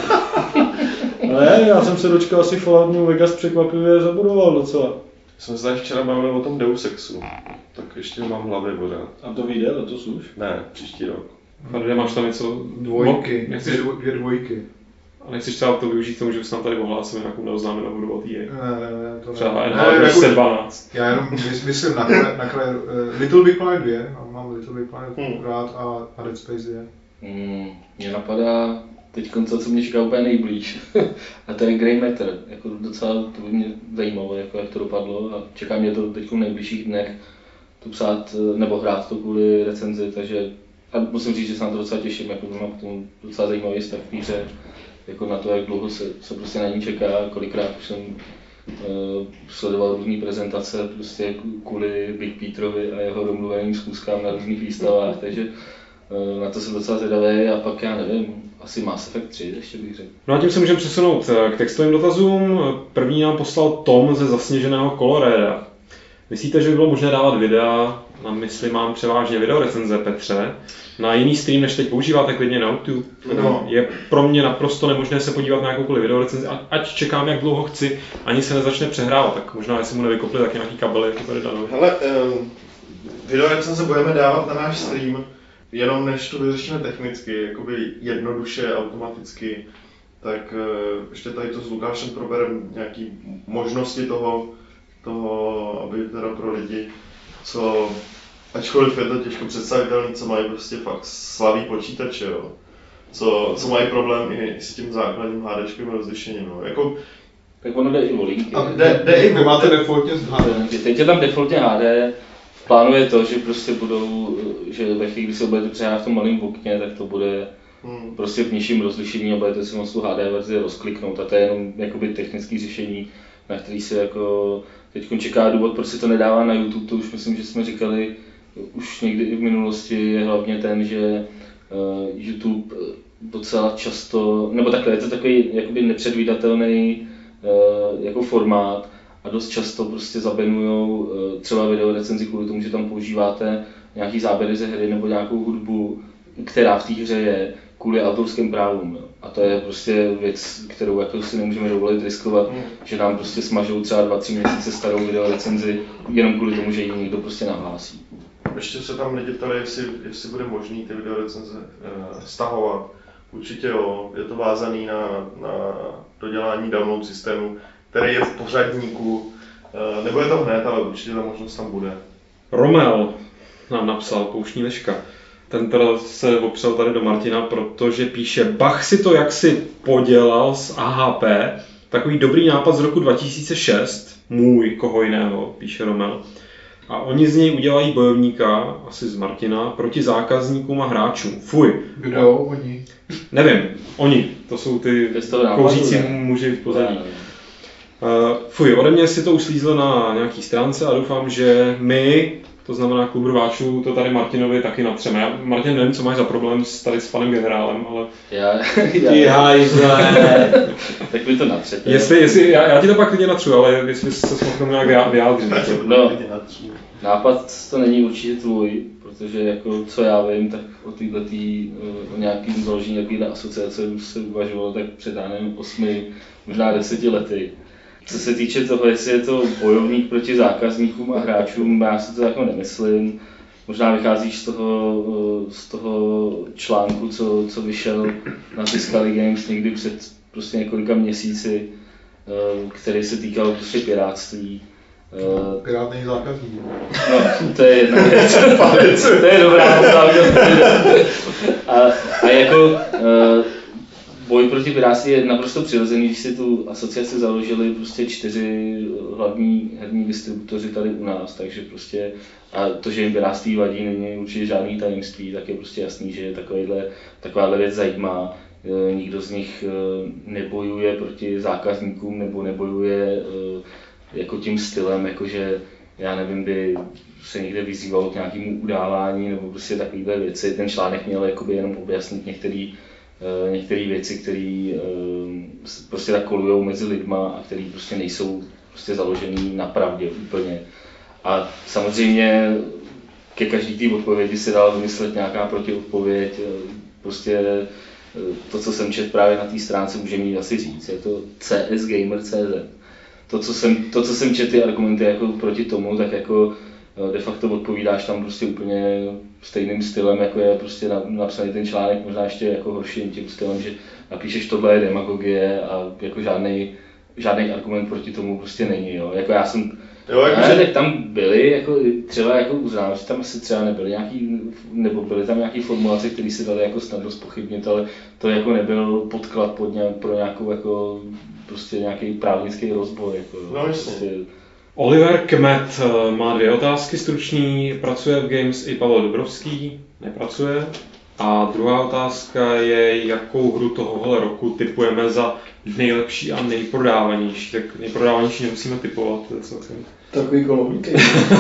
já jsem se dočkal, asi Fallout New Vegas překvapivě zabudoval docela. Jsme se tady včera bavili o tom Deus Exu, tak ještě mám v hlavě pořád. A to vyjde letos už? Ne, příští rok. A kde máš tam něco? Dvojky, dvě dvojky. A nechceš třeba to využít k tomu, že bys tam tady ohlásil nějakou neoznámenou hru od EA? Ne, to ne. Třeba NHL 2012. Já jenom myslím na kraje Little Big Planet 2, mám Little Big Planet rád a Dead Space 2. Mě napadá teď co mě čeká úplně nejblíž, a to je Grey Matter. Jako docela to by mě zajímalo, jako jak to dopadlo, a čeká mě to teď v nejbližších dnech to psát nebo hrát to kvůli recenzi, takže a musím říct, že se na to docela těším, jako mám k tomu docela zajímavý vztah k hře, jako na to, jak dlouho se prostě na ní čeká, kolikrát už jsem sledoval různé prezentace prostě kvůli Big Peterovi a jeho domluveným schůzkám na různých výstavách, takže na to jsem docela zvědavý, a pak já nevím, asi Mass Effect 3 ještě bych řekl. No a tím se můžeme přesunout k textovým dotazům. První nám poslal Tom ze zasněženého Colorada. Myslíte, že by bylo možné dávat videa, na mysli mám převážně videorecenze, Petře, na jiný stream, než teď používáte, klidně na YouTube? No. Je pro mě naprosto nemožné se podívat na jakoukoliv videorecenzi, ať čekám, jak dlouho chci, ani se nezačne přehrávat, tak možná, jestli mu nevykopli taky nějaký kabely, jako tady Danovi. Hele, videorecenze budeme dávat na náš stream, jenom než to vyřešíme technicky, jakoby jednoduše, automaticky, tak ještě tady to s Lukášem probereme nějaký možnosti toho, aby teda pro lidi, co, ačkoliv je to těžko představitelný, co mají prostě fakt slabý počítače, jo. Co mají problém i s tím základním HDčkovým rozlišením, no. Jako, tak ono jde i o linky. Jde i Vy máte defaultně z HD. Teď je tam defaultně HD, plánuje to, že prostě budou, že ve chvíli, kdy se budete přehrávat v tom malém okně, tak to bude prostě v nižším rozlišení a budete si moct tu HD verzi rozkliknout a to je jenom jakoby technické řešení, na který se jako teď čeká důvod, proč se to nedává na YouTube, to už myslím, že jsme říkali už někdy i v minulosti, je hlavně ten, že YouTube docela často, nebo takhle, je to takový jakoby nepředvídatelný jako formát a dost často prostě zabenujou třeba videorecenzi kvůli tomu, že tam používáte nějaký záběry ze hry nebo nějakou hudbu, která v té hře je, kvůli autorským právům. A to je prostě věc, kterou jako si nemůžeme dovolit riskovat, že nám prostě smažou třeba 2-3 měsíce starou videorecenzi jenom kvůli tomu, že ji někdo prostě nahlásí. Ještě se tam lidi ptali, jestli bude možný ty videorecenze stahovat. Určitě jo, je to vázaný na dodělání download systému, který je v pořadníku. Nebude to hned, ale určitě ta možnost tam bude. Romel nám napsal, pouštní veška. Ten teda se opřel tady do Martina, protože píše, Bach si to jaksi podělal z AHP, takový dobrý nápad z roku 2006, můj, koho jiného, píše Romel. A oni z něj udělají bojovníka, asi z Martina, proti zákazníkům a hráčům. Fuj. Kdo oni? Nevím, oni, to jsou ty kouřící muži v pozadí. Fuj, ode mě si to už slízlo na nějaký stránce a doufám, že my, to znamená klub rváčů, to tady Martinovi taky natřeme. Martin, nevím, co máš za problém tady s panem generálem, ale... Tak mi to natřete. Já ti to pak klidně natřu, ale jestli se mohl nějak vyjádřit. No, nápad to není určitě tvůj, protože jako co já vím, tak o nějakým založení nějaké asociace už se uvažovalo tak před 8, možná 10 lety. Co se týče toho, jestli je to bojovník proti zákazníkům a hráčům, já si to jako nemyslím. Možná vycházíš z toho článku, co vyšel na Fiscally Games někdy před prostě několika měsíci, který se týkal prostě pirátství. Pirát není zákazník. No, to je jedna věc. To je dobrá otázka. A jako boj proti pirátství je naprosto přirozený, když si tu asociaci založili prostě 4 hlavní herní distributoři tady u nás, takže prostě a to, že jim pirátství vadí, není určitě žádný tajemství, tak je prostě jasný, že takováhle věc zajímá. Nikdo z nich nebojuje proti zákazníkům nebo nebojuje jako tím stylem, jakože já nevím, by se někde vyzývalo k nějakému udávání nebo prostě takovéhle věci. Ten článek měl jakoby jenom objasnit některé věci, které prostě tak kolujou mezi lidma a které prostě nejsou prostě založený na pravdě úplně. A samozřejmě ke každý té odpovědi se dala vymyslet nějaká protiodpověď. Prostě to, co jsem četl právě na té stránce, může mít asi říct. Je to csgamer.cz. To, co jsem četl, ty argumenty jako proti tomu, tak jako de facto odpovídáš tam prostě úplně stejným stylem, jako je prostě napsaný ten článek, možná ještě jako horším tím stylem, že napíšeš, tohle je demagogie a jako žádný argument proti tomu prostě není, jo. Jako já jsem, tak tam byly, jako třeba jako uznám, že tam asi třeba nebyly nějaký, nebo byly tam nějaký formulace, které se daly jako snadno zpochybnit, ale to jako nebyl podklad pro nějakou jako prostě nějaký právnický rozbor, jako prostě. Oliver Kmet má 2 otázky stručný, pracuje v Games i Pavel Dobrovský, nepracuje. A druhá otázka je, jakou hru tohohle roku tipujeme za nejlepší a nejprodávanější. Tak nejprodávanější nemusíme tipovat, to je celkem. Takový kolovník.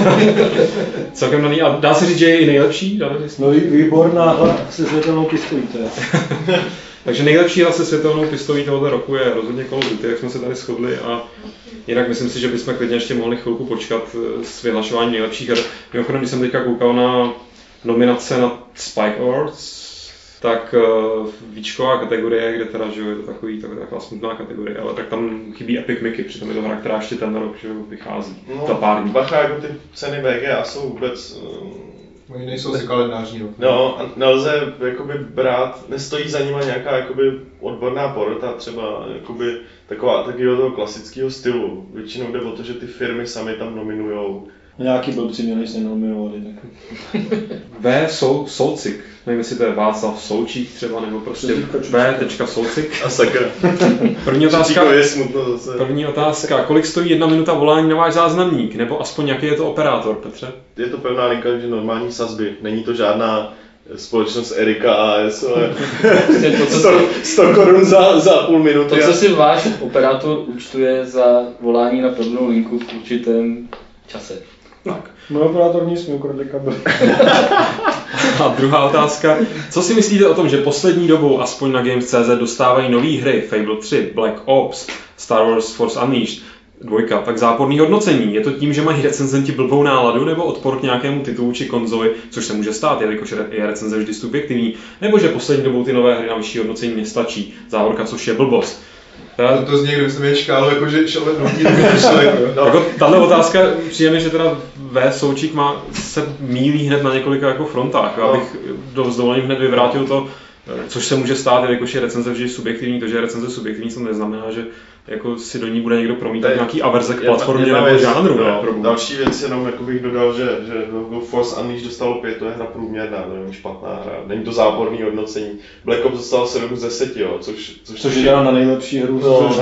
Celkem daný. A dá se říct, že je i nejlepší? No výborná hra se světelnou pistolí, to je. Takže nejlepší hra se světelnou pistolí tohoto roku je rozhodně Call of Duty, jak jsme se tady shodli. A jinak myslím si, že bychom klidně ještě mohli chvilku počkat s vyhlašováním nejlepších her. Mimochodem, když jsem teďka koukal na nominace na Spike Awards, tak víčková kategorie, kde teda, že je to taková smutná kategorie, ale tak tam chybí Epic Mickey, přitom je to hra, která ještě ten rok že vychází, no, za pár dní. Bacha, jako ty ceny VGA jsou vůbec Oni nejsou si kalendářní rok. No, nelze jakoby brát, nestojí za nima nějaká jakoby odborná porota, třeba jakoby takového toho klasického stylu. Většinou jde o to, že ty firmy sami tam nominujou. Nějaký blbci mě než se nominovali. Soucik. Nevím, jestli to je Václav Součík třeba, nebo prostě V.Soucik. A sakra. První otázka. Kolik stojí 1 minuta volání na váš záznamník? Nebo aspoň jaký je to operátor, Petře? Je to pevná linka, že normální sazby. Není to žádná společnost Erika AS, ale 100 korun za půl minuty. To, co si váš operátor účtuje za volání na pevnou linku v určitém čase. Tak. Můj operátor nic mi ukradli kabel. A druhá otázka. Co si myslíte o tom, že poslední dobou, aspoň na Games.cz, dostávají nové hry Fable 3, Black Ops, Star Wars Force Unleashed, 2, tak záporný hodnocení? Je to tím, že mají recenzenti blbou náladu, nebo odpor k nějakému titulu či konzoli, což se může stát, jelikož je recenze vždy subjektivní, nebo že poslední dobou ty nové hry na vyšší hodnocení nestačí, závorka, což je blbost? To z něj, kdyby se mě čekalo, jako že šel nutí, Jako tahle otázka přijde mi, že teda Součík se mílí hned na několika jako frontách. Abych s dovolením hned vyvrátil to, což se může stát, jelikož je recenze vždy subjektivní. To, že je recenze subjektivní, to neznamená, že jako si do ní bude někdo promítat nějaký averze k platformě nebo žánru. Další věc jenom jako bych dodal, že Force Unleashed dostalo 5, to je hra průměrná, to není špatná hra, není to záporný hodnocení. Black Ops dostal 7 z 10, jo, což je na nejlepší hru.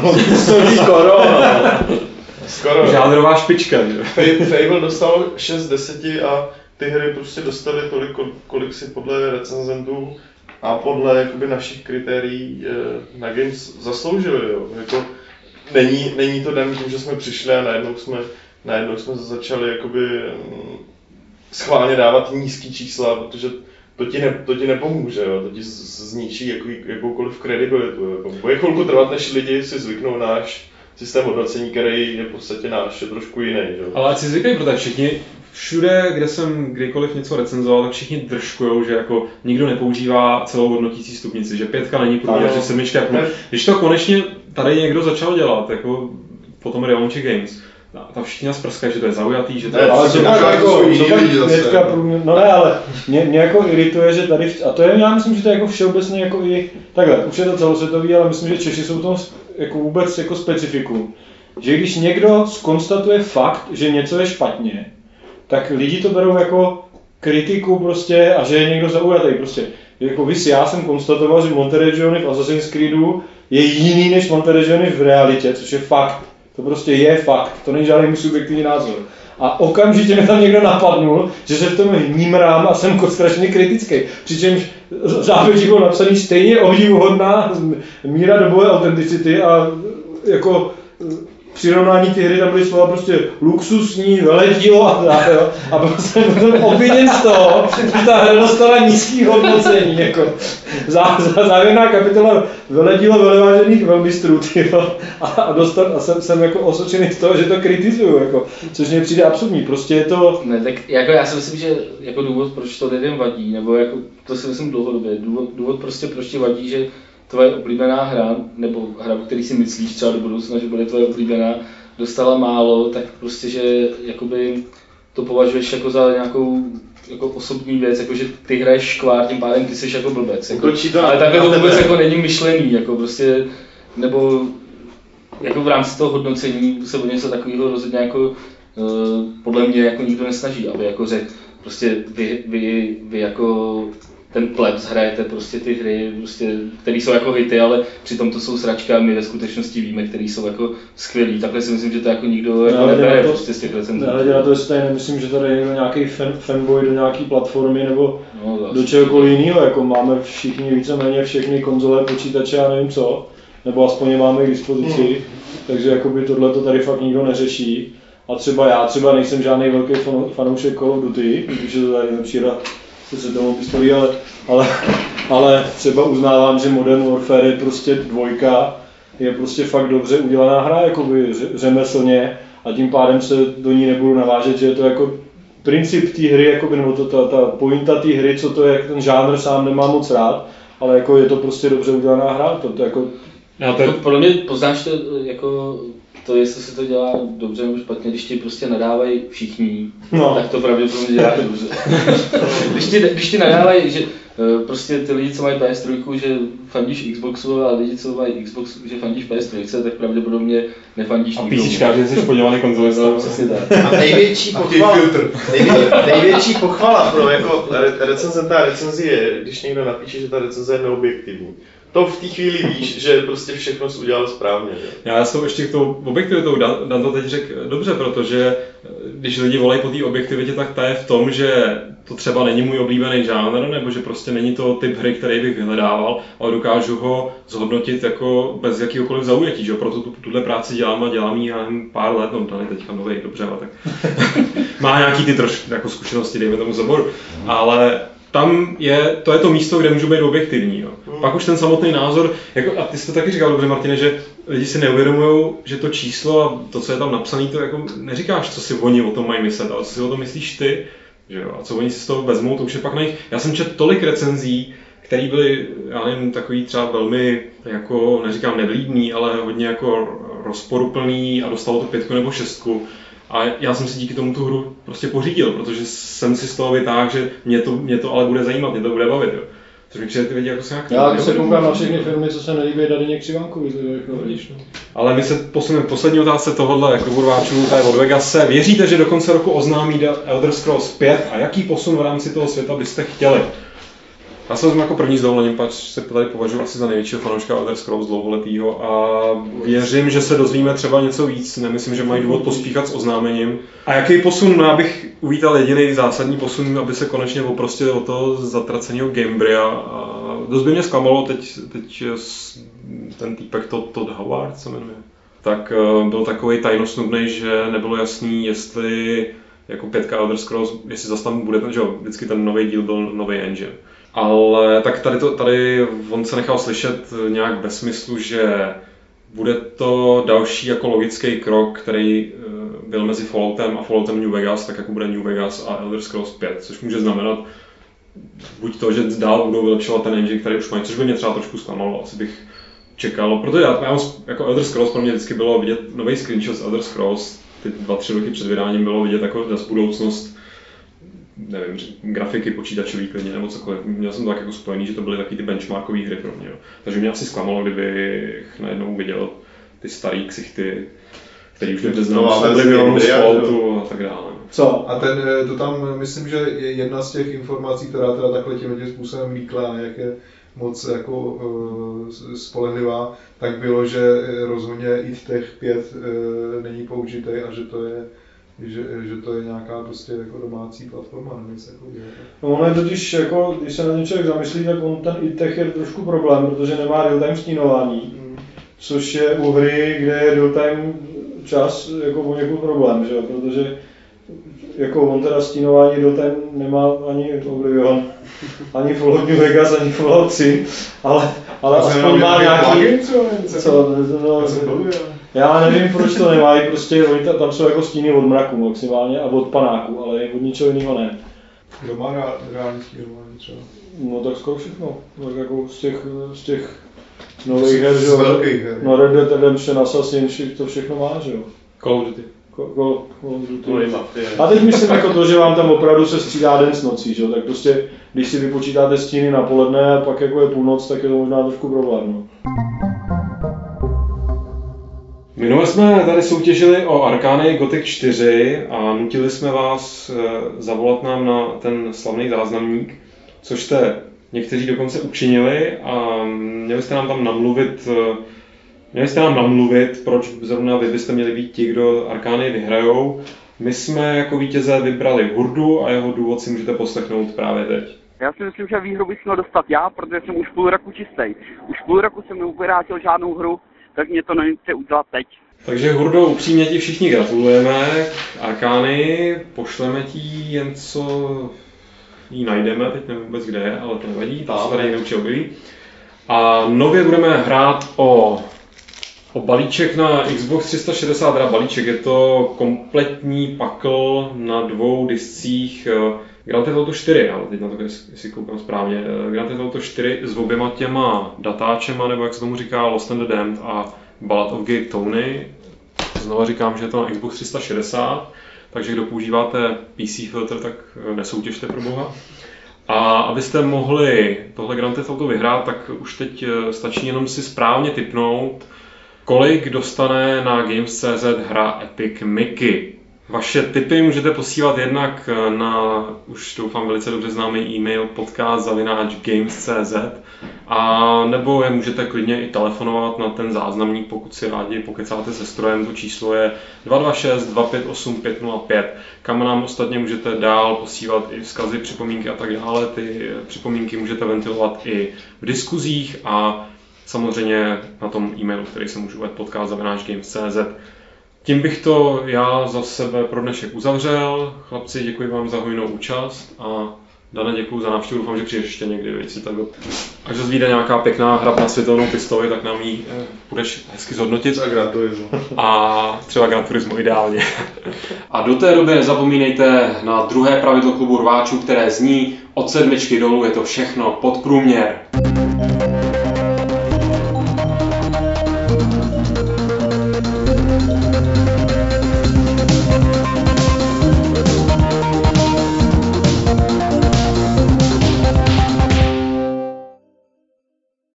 Skoro. Žánrová špička. Fable dostal 6 z 10 a ty hry prostě dostaly tolik, kolik si podle recenzentů a podle jakoby našich kritérií na Games zasloužili, jo. Jako, není to daný tím, že jsme přišli a najednou jsme začali jakoby schválně dávat nízký čísla, protože to ti nepomůže, jo. To ti zničí jakoukoliv kredibilitu. Jako. Bude chvilku trvat, než lidi si zvyknou náš systém hodnocení, který je v podstatě náš, je trošku jiný. Že? Ale ať si zvykají, protože všichni, všude, kde jsem kdykoliv něco recenzoval, tak všichni držkujou, že jako nikdo nepoužívá celou hodnotící stupnici, že 5 není průměr, že 7 je průměr. Když to konečně tady někdo začal dělat, jako potom Relaunch Games, tam všichni nás prskají, že to je zaujatý, že to je... Ale no ne, ale mě jako irituje, že tady, a to je, já myslím, že to je jako všeobecně jako i takhle, už je to celosvětový, ale myslím, že Češi jsou tom jako vůbec jako specifikum. Že když někdo zkonstatuje fakt, že něco je špatně, tak lidi to berou jako kritiku prostě a že je někdo zaujatý prostě. Jako já jsem konstatoval, že Monterey v Assassin's Creedu je jiný než Monterey v realitě, což je fakt. To prostě je fakt, to není žádný můj subjektivní názor. A okamžitě mě tam někdo napadnul, že se v tom hnímrám a jsem strašně kritický. Přičemž zápětí bylo napsaný stejně obdivuhodná míra dobové autenticity a jako přirovnání ty hry tam byly slova prostě luxusní, veledílo a tak, jo. A byl jsem obviněn z toho, že ta hra dostala nízký hodnocení, jako. Závěrná kapitola veledílo velevážených velmistrů, a jsem jako osočený z toho, že to kritizuju, jako. Což mě přijde absurdní, prostě je to... Ne, tak jako já si myslím, že jako důvod, proč to lidem vadí, nebo jako, to si myslím dlouhodobě, důvod prostě proč ti vadí, že tvoje oblíbená hra, nebo hra, o který si myslíš třeba do budoucna, že bude tvoje oblíbená, dostala málo, tak prostě, že jakoby to považuješ jako za nějakou jako osobní věc, jako že ty hraješ škvár, tím pádem ty jsi jako blbec. Jako, ale takhle to vůbec jako není myšlený, jako prostě, nebo jako v rámci toho hodnocení se o něco takového rozhodně jako podle mě jako nikdo nesnaží, aby jako řekl, prostě vy jako ten plebs hrajete prostě ty hry, prostě, které jsou jako hity, ale přitom to jsou sračka a my ve skutečnosti víme, které jsou jako skvělý. Takhle si myslím, že to jako nikdo jako nebere prostě z těch recenzů. Ale na to jestli tady nemyslím, že tady někdo nějaký fanboy do nějaký platformy nebo do čehokoliv jiného, jako máme všichni víceméně všechny konzole, počítače a nevím co, nebo aspoň je máme k dispozici, takže jakoby tohle to tady fakt nikdo neřeší. A třeba já nejsem žádný velký fanoušek Call of Duty, když je to tady nejlepší hra se tomu pistolí, ale třeba uznávám, že Modern Warfare je prostě 2, je prostě fakt dobře udělaná hra, jakoby řemeslně, a tím pádem se do ní nebudu navážet, že je to jako princip té hry, jakoby, nebo ta pointa té hry, co to je, ten žánr sám nemám moc rád, ale jako je to prostě dobře udělaná hra, to jako... Podle mě poznáš to jako to, jestli se to dělá dobře nebo špatně, když ti prostě nadávají všichni, No. tak to pravděpodobně dělá dobře. když ti nadávají, že prostě ty lidi, co mají PS3, že fandíš Xboxu a lidi, co mají Xbox, že fandíš PS3, tak pravděpodobně nefandíš nikomu. A PCčkáři jsi podělaný konzolista. No, přesně tak. A největší pochvala pro jako recenzenta a recenzi je, když někdo napíše, že ta recenze je neobjektivní. To v té chvíli víš, že prostě všechno jsi udělal správně. Že? Já s tou ještě k tou objektivitou Dan to teď řekl dobře, protože když lidi volají po té objektivitě, tak ta je v tom, že to třeba není můj oblíbený žánr, nebo že prostě není to typ hry, který bych vyhledával, ale dokážu ho zhodnotit jako bez jakýhokoliv zaujetí, že? Proto tuhle práci dělám a dělám ji pár let, no Dan je teďka novej, dobře, ale tak má nějaký ty trošku jako zkušenosti, dejme tomu z oboru, ale tam to je to místo, kde můžu být objektivní. Jo. Pak už ten samotný názor, jako, a ty jsi to taky říkal dobře, Martine, že lidi si neuvědomují, že to číslo a to, co je tam napsané, to jako neříkáš, co si oni o tom mají myslet, ale co si o tom myslíš ty, že jo, a co oni si z toho vezmou, to už je pak Já jsem četl tolik recenzí, které byly, já nevím, takový třeba velmi, jako, neříkám nevlídný, ale hodně jako rozporuplný a dostalo to 5 nebo 6. A já jsem si díky tomu tu hru prostě pořídil, protože jsem si z toho vytáhl, že mě to ale bude zajímat, mě to bude bavit, jo. Což mi přijde ty lidi jako se nějak... Já když se koukám na všechny filmy, co se nelíbí, Danině Křivánkovi, to je vidíš, no. Ale my se posuneme k poslední otázce tohohle jako kurváčů, to je od Vegase. Věříte, že do konce roku oznámí Elder Scrolls 5 a jaký posun v rámci toho světa byste chtěli? Já se vezmu jako první s dovolením, pač se tady považuji asi za největšího fanouška Elder Scrolls dlouholetýho a věřím, že se dozvíme třeba něco víc, nemyslím, že mají důvod pospíchat s oznámením. A jaký posun? No, já bych uvítal jediný zásadní posun, aby se konečně oprostil od toho zatraceného Gamebrya a dost by mě zklamalo teď ten týpek Todd Howard, co jmenuje, tak byl takový tajnosnubnej, že nebylo jasný, jestli jako 5 Elder Scrolls, jestli zase tam bude ten, že jo, vždycky ten nový díl byl nový engine. Ale tak tady on se nechal slyšet nějak ve smyslu, že bude to další jako logický krok, který byl mezi Falloutem a Falloutem New Vegas, tak jako bude New Vegas a Elder Scrolls 5, což může znamenat buď to, že dál budou vylepšovat ten engine, který už mají, což by mě třeba trošku zklamalo, asi bych čekal, protože já jako Elder Scrolls pro mě vždycky bylo vidět nový screenshot z Elder Scrolls, ty 2-3 roky před vydáním bylo vidět jako budoucnost, nevím, grafiky počítačový klidně nebo cokoliv. Měl jsem to tak jako spojený, že to byly taky ty benchmarkové hry pro mě. Jo. Takže mě asi zklamalo, kdybych najednou viděl ty starý ksichty, který už neznám z Oblivionu, z Falloutu a tak dále. Co? A to tam myslím, že je jedna z těch informací, která teda takhle tím způsobem líkla, jak je moc jako spolehlivá, tak bylo, že rozhodně i těch 5 není použitý a že to je nějaká prostě jako domácí platforma, nevím, jako no, ono je totiž, jako, když se na něm člověk zamyslí, tak on ten ITech je trošku problém, protože nemá real-time stínování, což je u hry, kde je real-time čas, jako poněkud problém, že jo, protože jako on teda stínování real-time nemá ani Oblivion, ani Fallout New Vegas, ani Fallout 3, ale aspoň má nějaký... Já nevím, proč to nemají, prostě oni tam jsou jako stíny od mraku maximálně a od panáku, ale od ničeho jiného ne. Kdo má reální stínování třeba? No tak skoro všechno, tak jako z těch nových her, že jo, no Red Dead Redemption, Assassin's, to všechno má, že jo. Call of Duty. A teď myslím jako to, že vám tam opravdu se střídá den s nocí, že jo, tak prostě když si vypočítáte stíny na poledne a pak jako je půlnoc, tak je to možná trošku problém, no. Minule jsme tady soutěžili o Arcany Gothic 4 a nutili jsme vás zavolat nám na ten slavný záznamník, což jste někteří dokonce učinili a měli jste nám namluvit, proč zrovna vy byste měli být ti, kdo Arcany vyhrajou. My jsme jako vítěze vybrali Hurdu a jeho důvod si můžete poslechnout právě teď. Já si myslím, že výhru bych měl dostat já, protože jsem už půl roku čistý. Už půl roku jsem neuvrátil žádnou hru, tak mě to nechce udělat teď. Takže Hurdo, upřímně ti všichni gratulujeme k Arcany, pošleme ti jen co ji najdeme, teď nevím vůbec kde je, ale to nevadí, to se tady někde určitě objeví. A nově budeme hrát o balíček na Xbox 360, teda balíček, je to kompletní pakl na 2 discích Grand Theft Auto 4, ale teď na to, jestli koukám správně, Grand Theft Auto 4 s oběma těma datáčema, nebo jak se tomu říká, Lost and the Damned a Ballad of Gay Tony, Znova říkám, že je to na Xbox 360, takže kdo používáte PC filtr, tak nesoutěžte pro boha. A abyste mohli tohle Grand Theft Auto vyhrát, tak už teď stačí jenom si správně tipnout, kolik dostane na Games.cz hra Epic Mickey. Vaše tipy můžete posílat jednak na, už doufám, velice dobře známý e-mail podcast@games.cz a nebo je můžete klidně i telefonovat na ten záznamník, pokud si rádi pokecáte se strojem. To číslo je 226 258 505, kam nám ostatně můžete dál posílat i vzkazy, připomínky a tak dále. Ty připomínky můžete ventilovat i v diskuzích a samozřejmě na tom e-mailu, který se můžu podcast@games.cz. Tím bych to já za sebe pro dnešek uzavřel. Chlapci, děkuji vám za hojnou účast a Dane, děkuji za návštěvu. Doufám, že přijdeš ještě někdy, věci, tak až zase vyjde nějaká pěkná hra na světelnou pistoli, tak nám ji budeš hezky zhodnotit. A Gran Turismo. A třeba Gran Turismo ideálně. A do té doby nezapomínejte na druhé pravidlo klubu rváčů, které zní: od 7 dolů je to všechno pod průměr.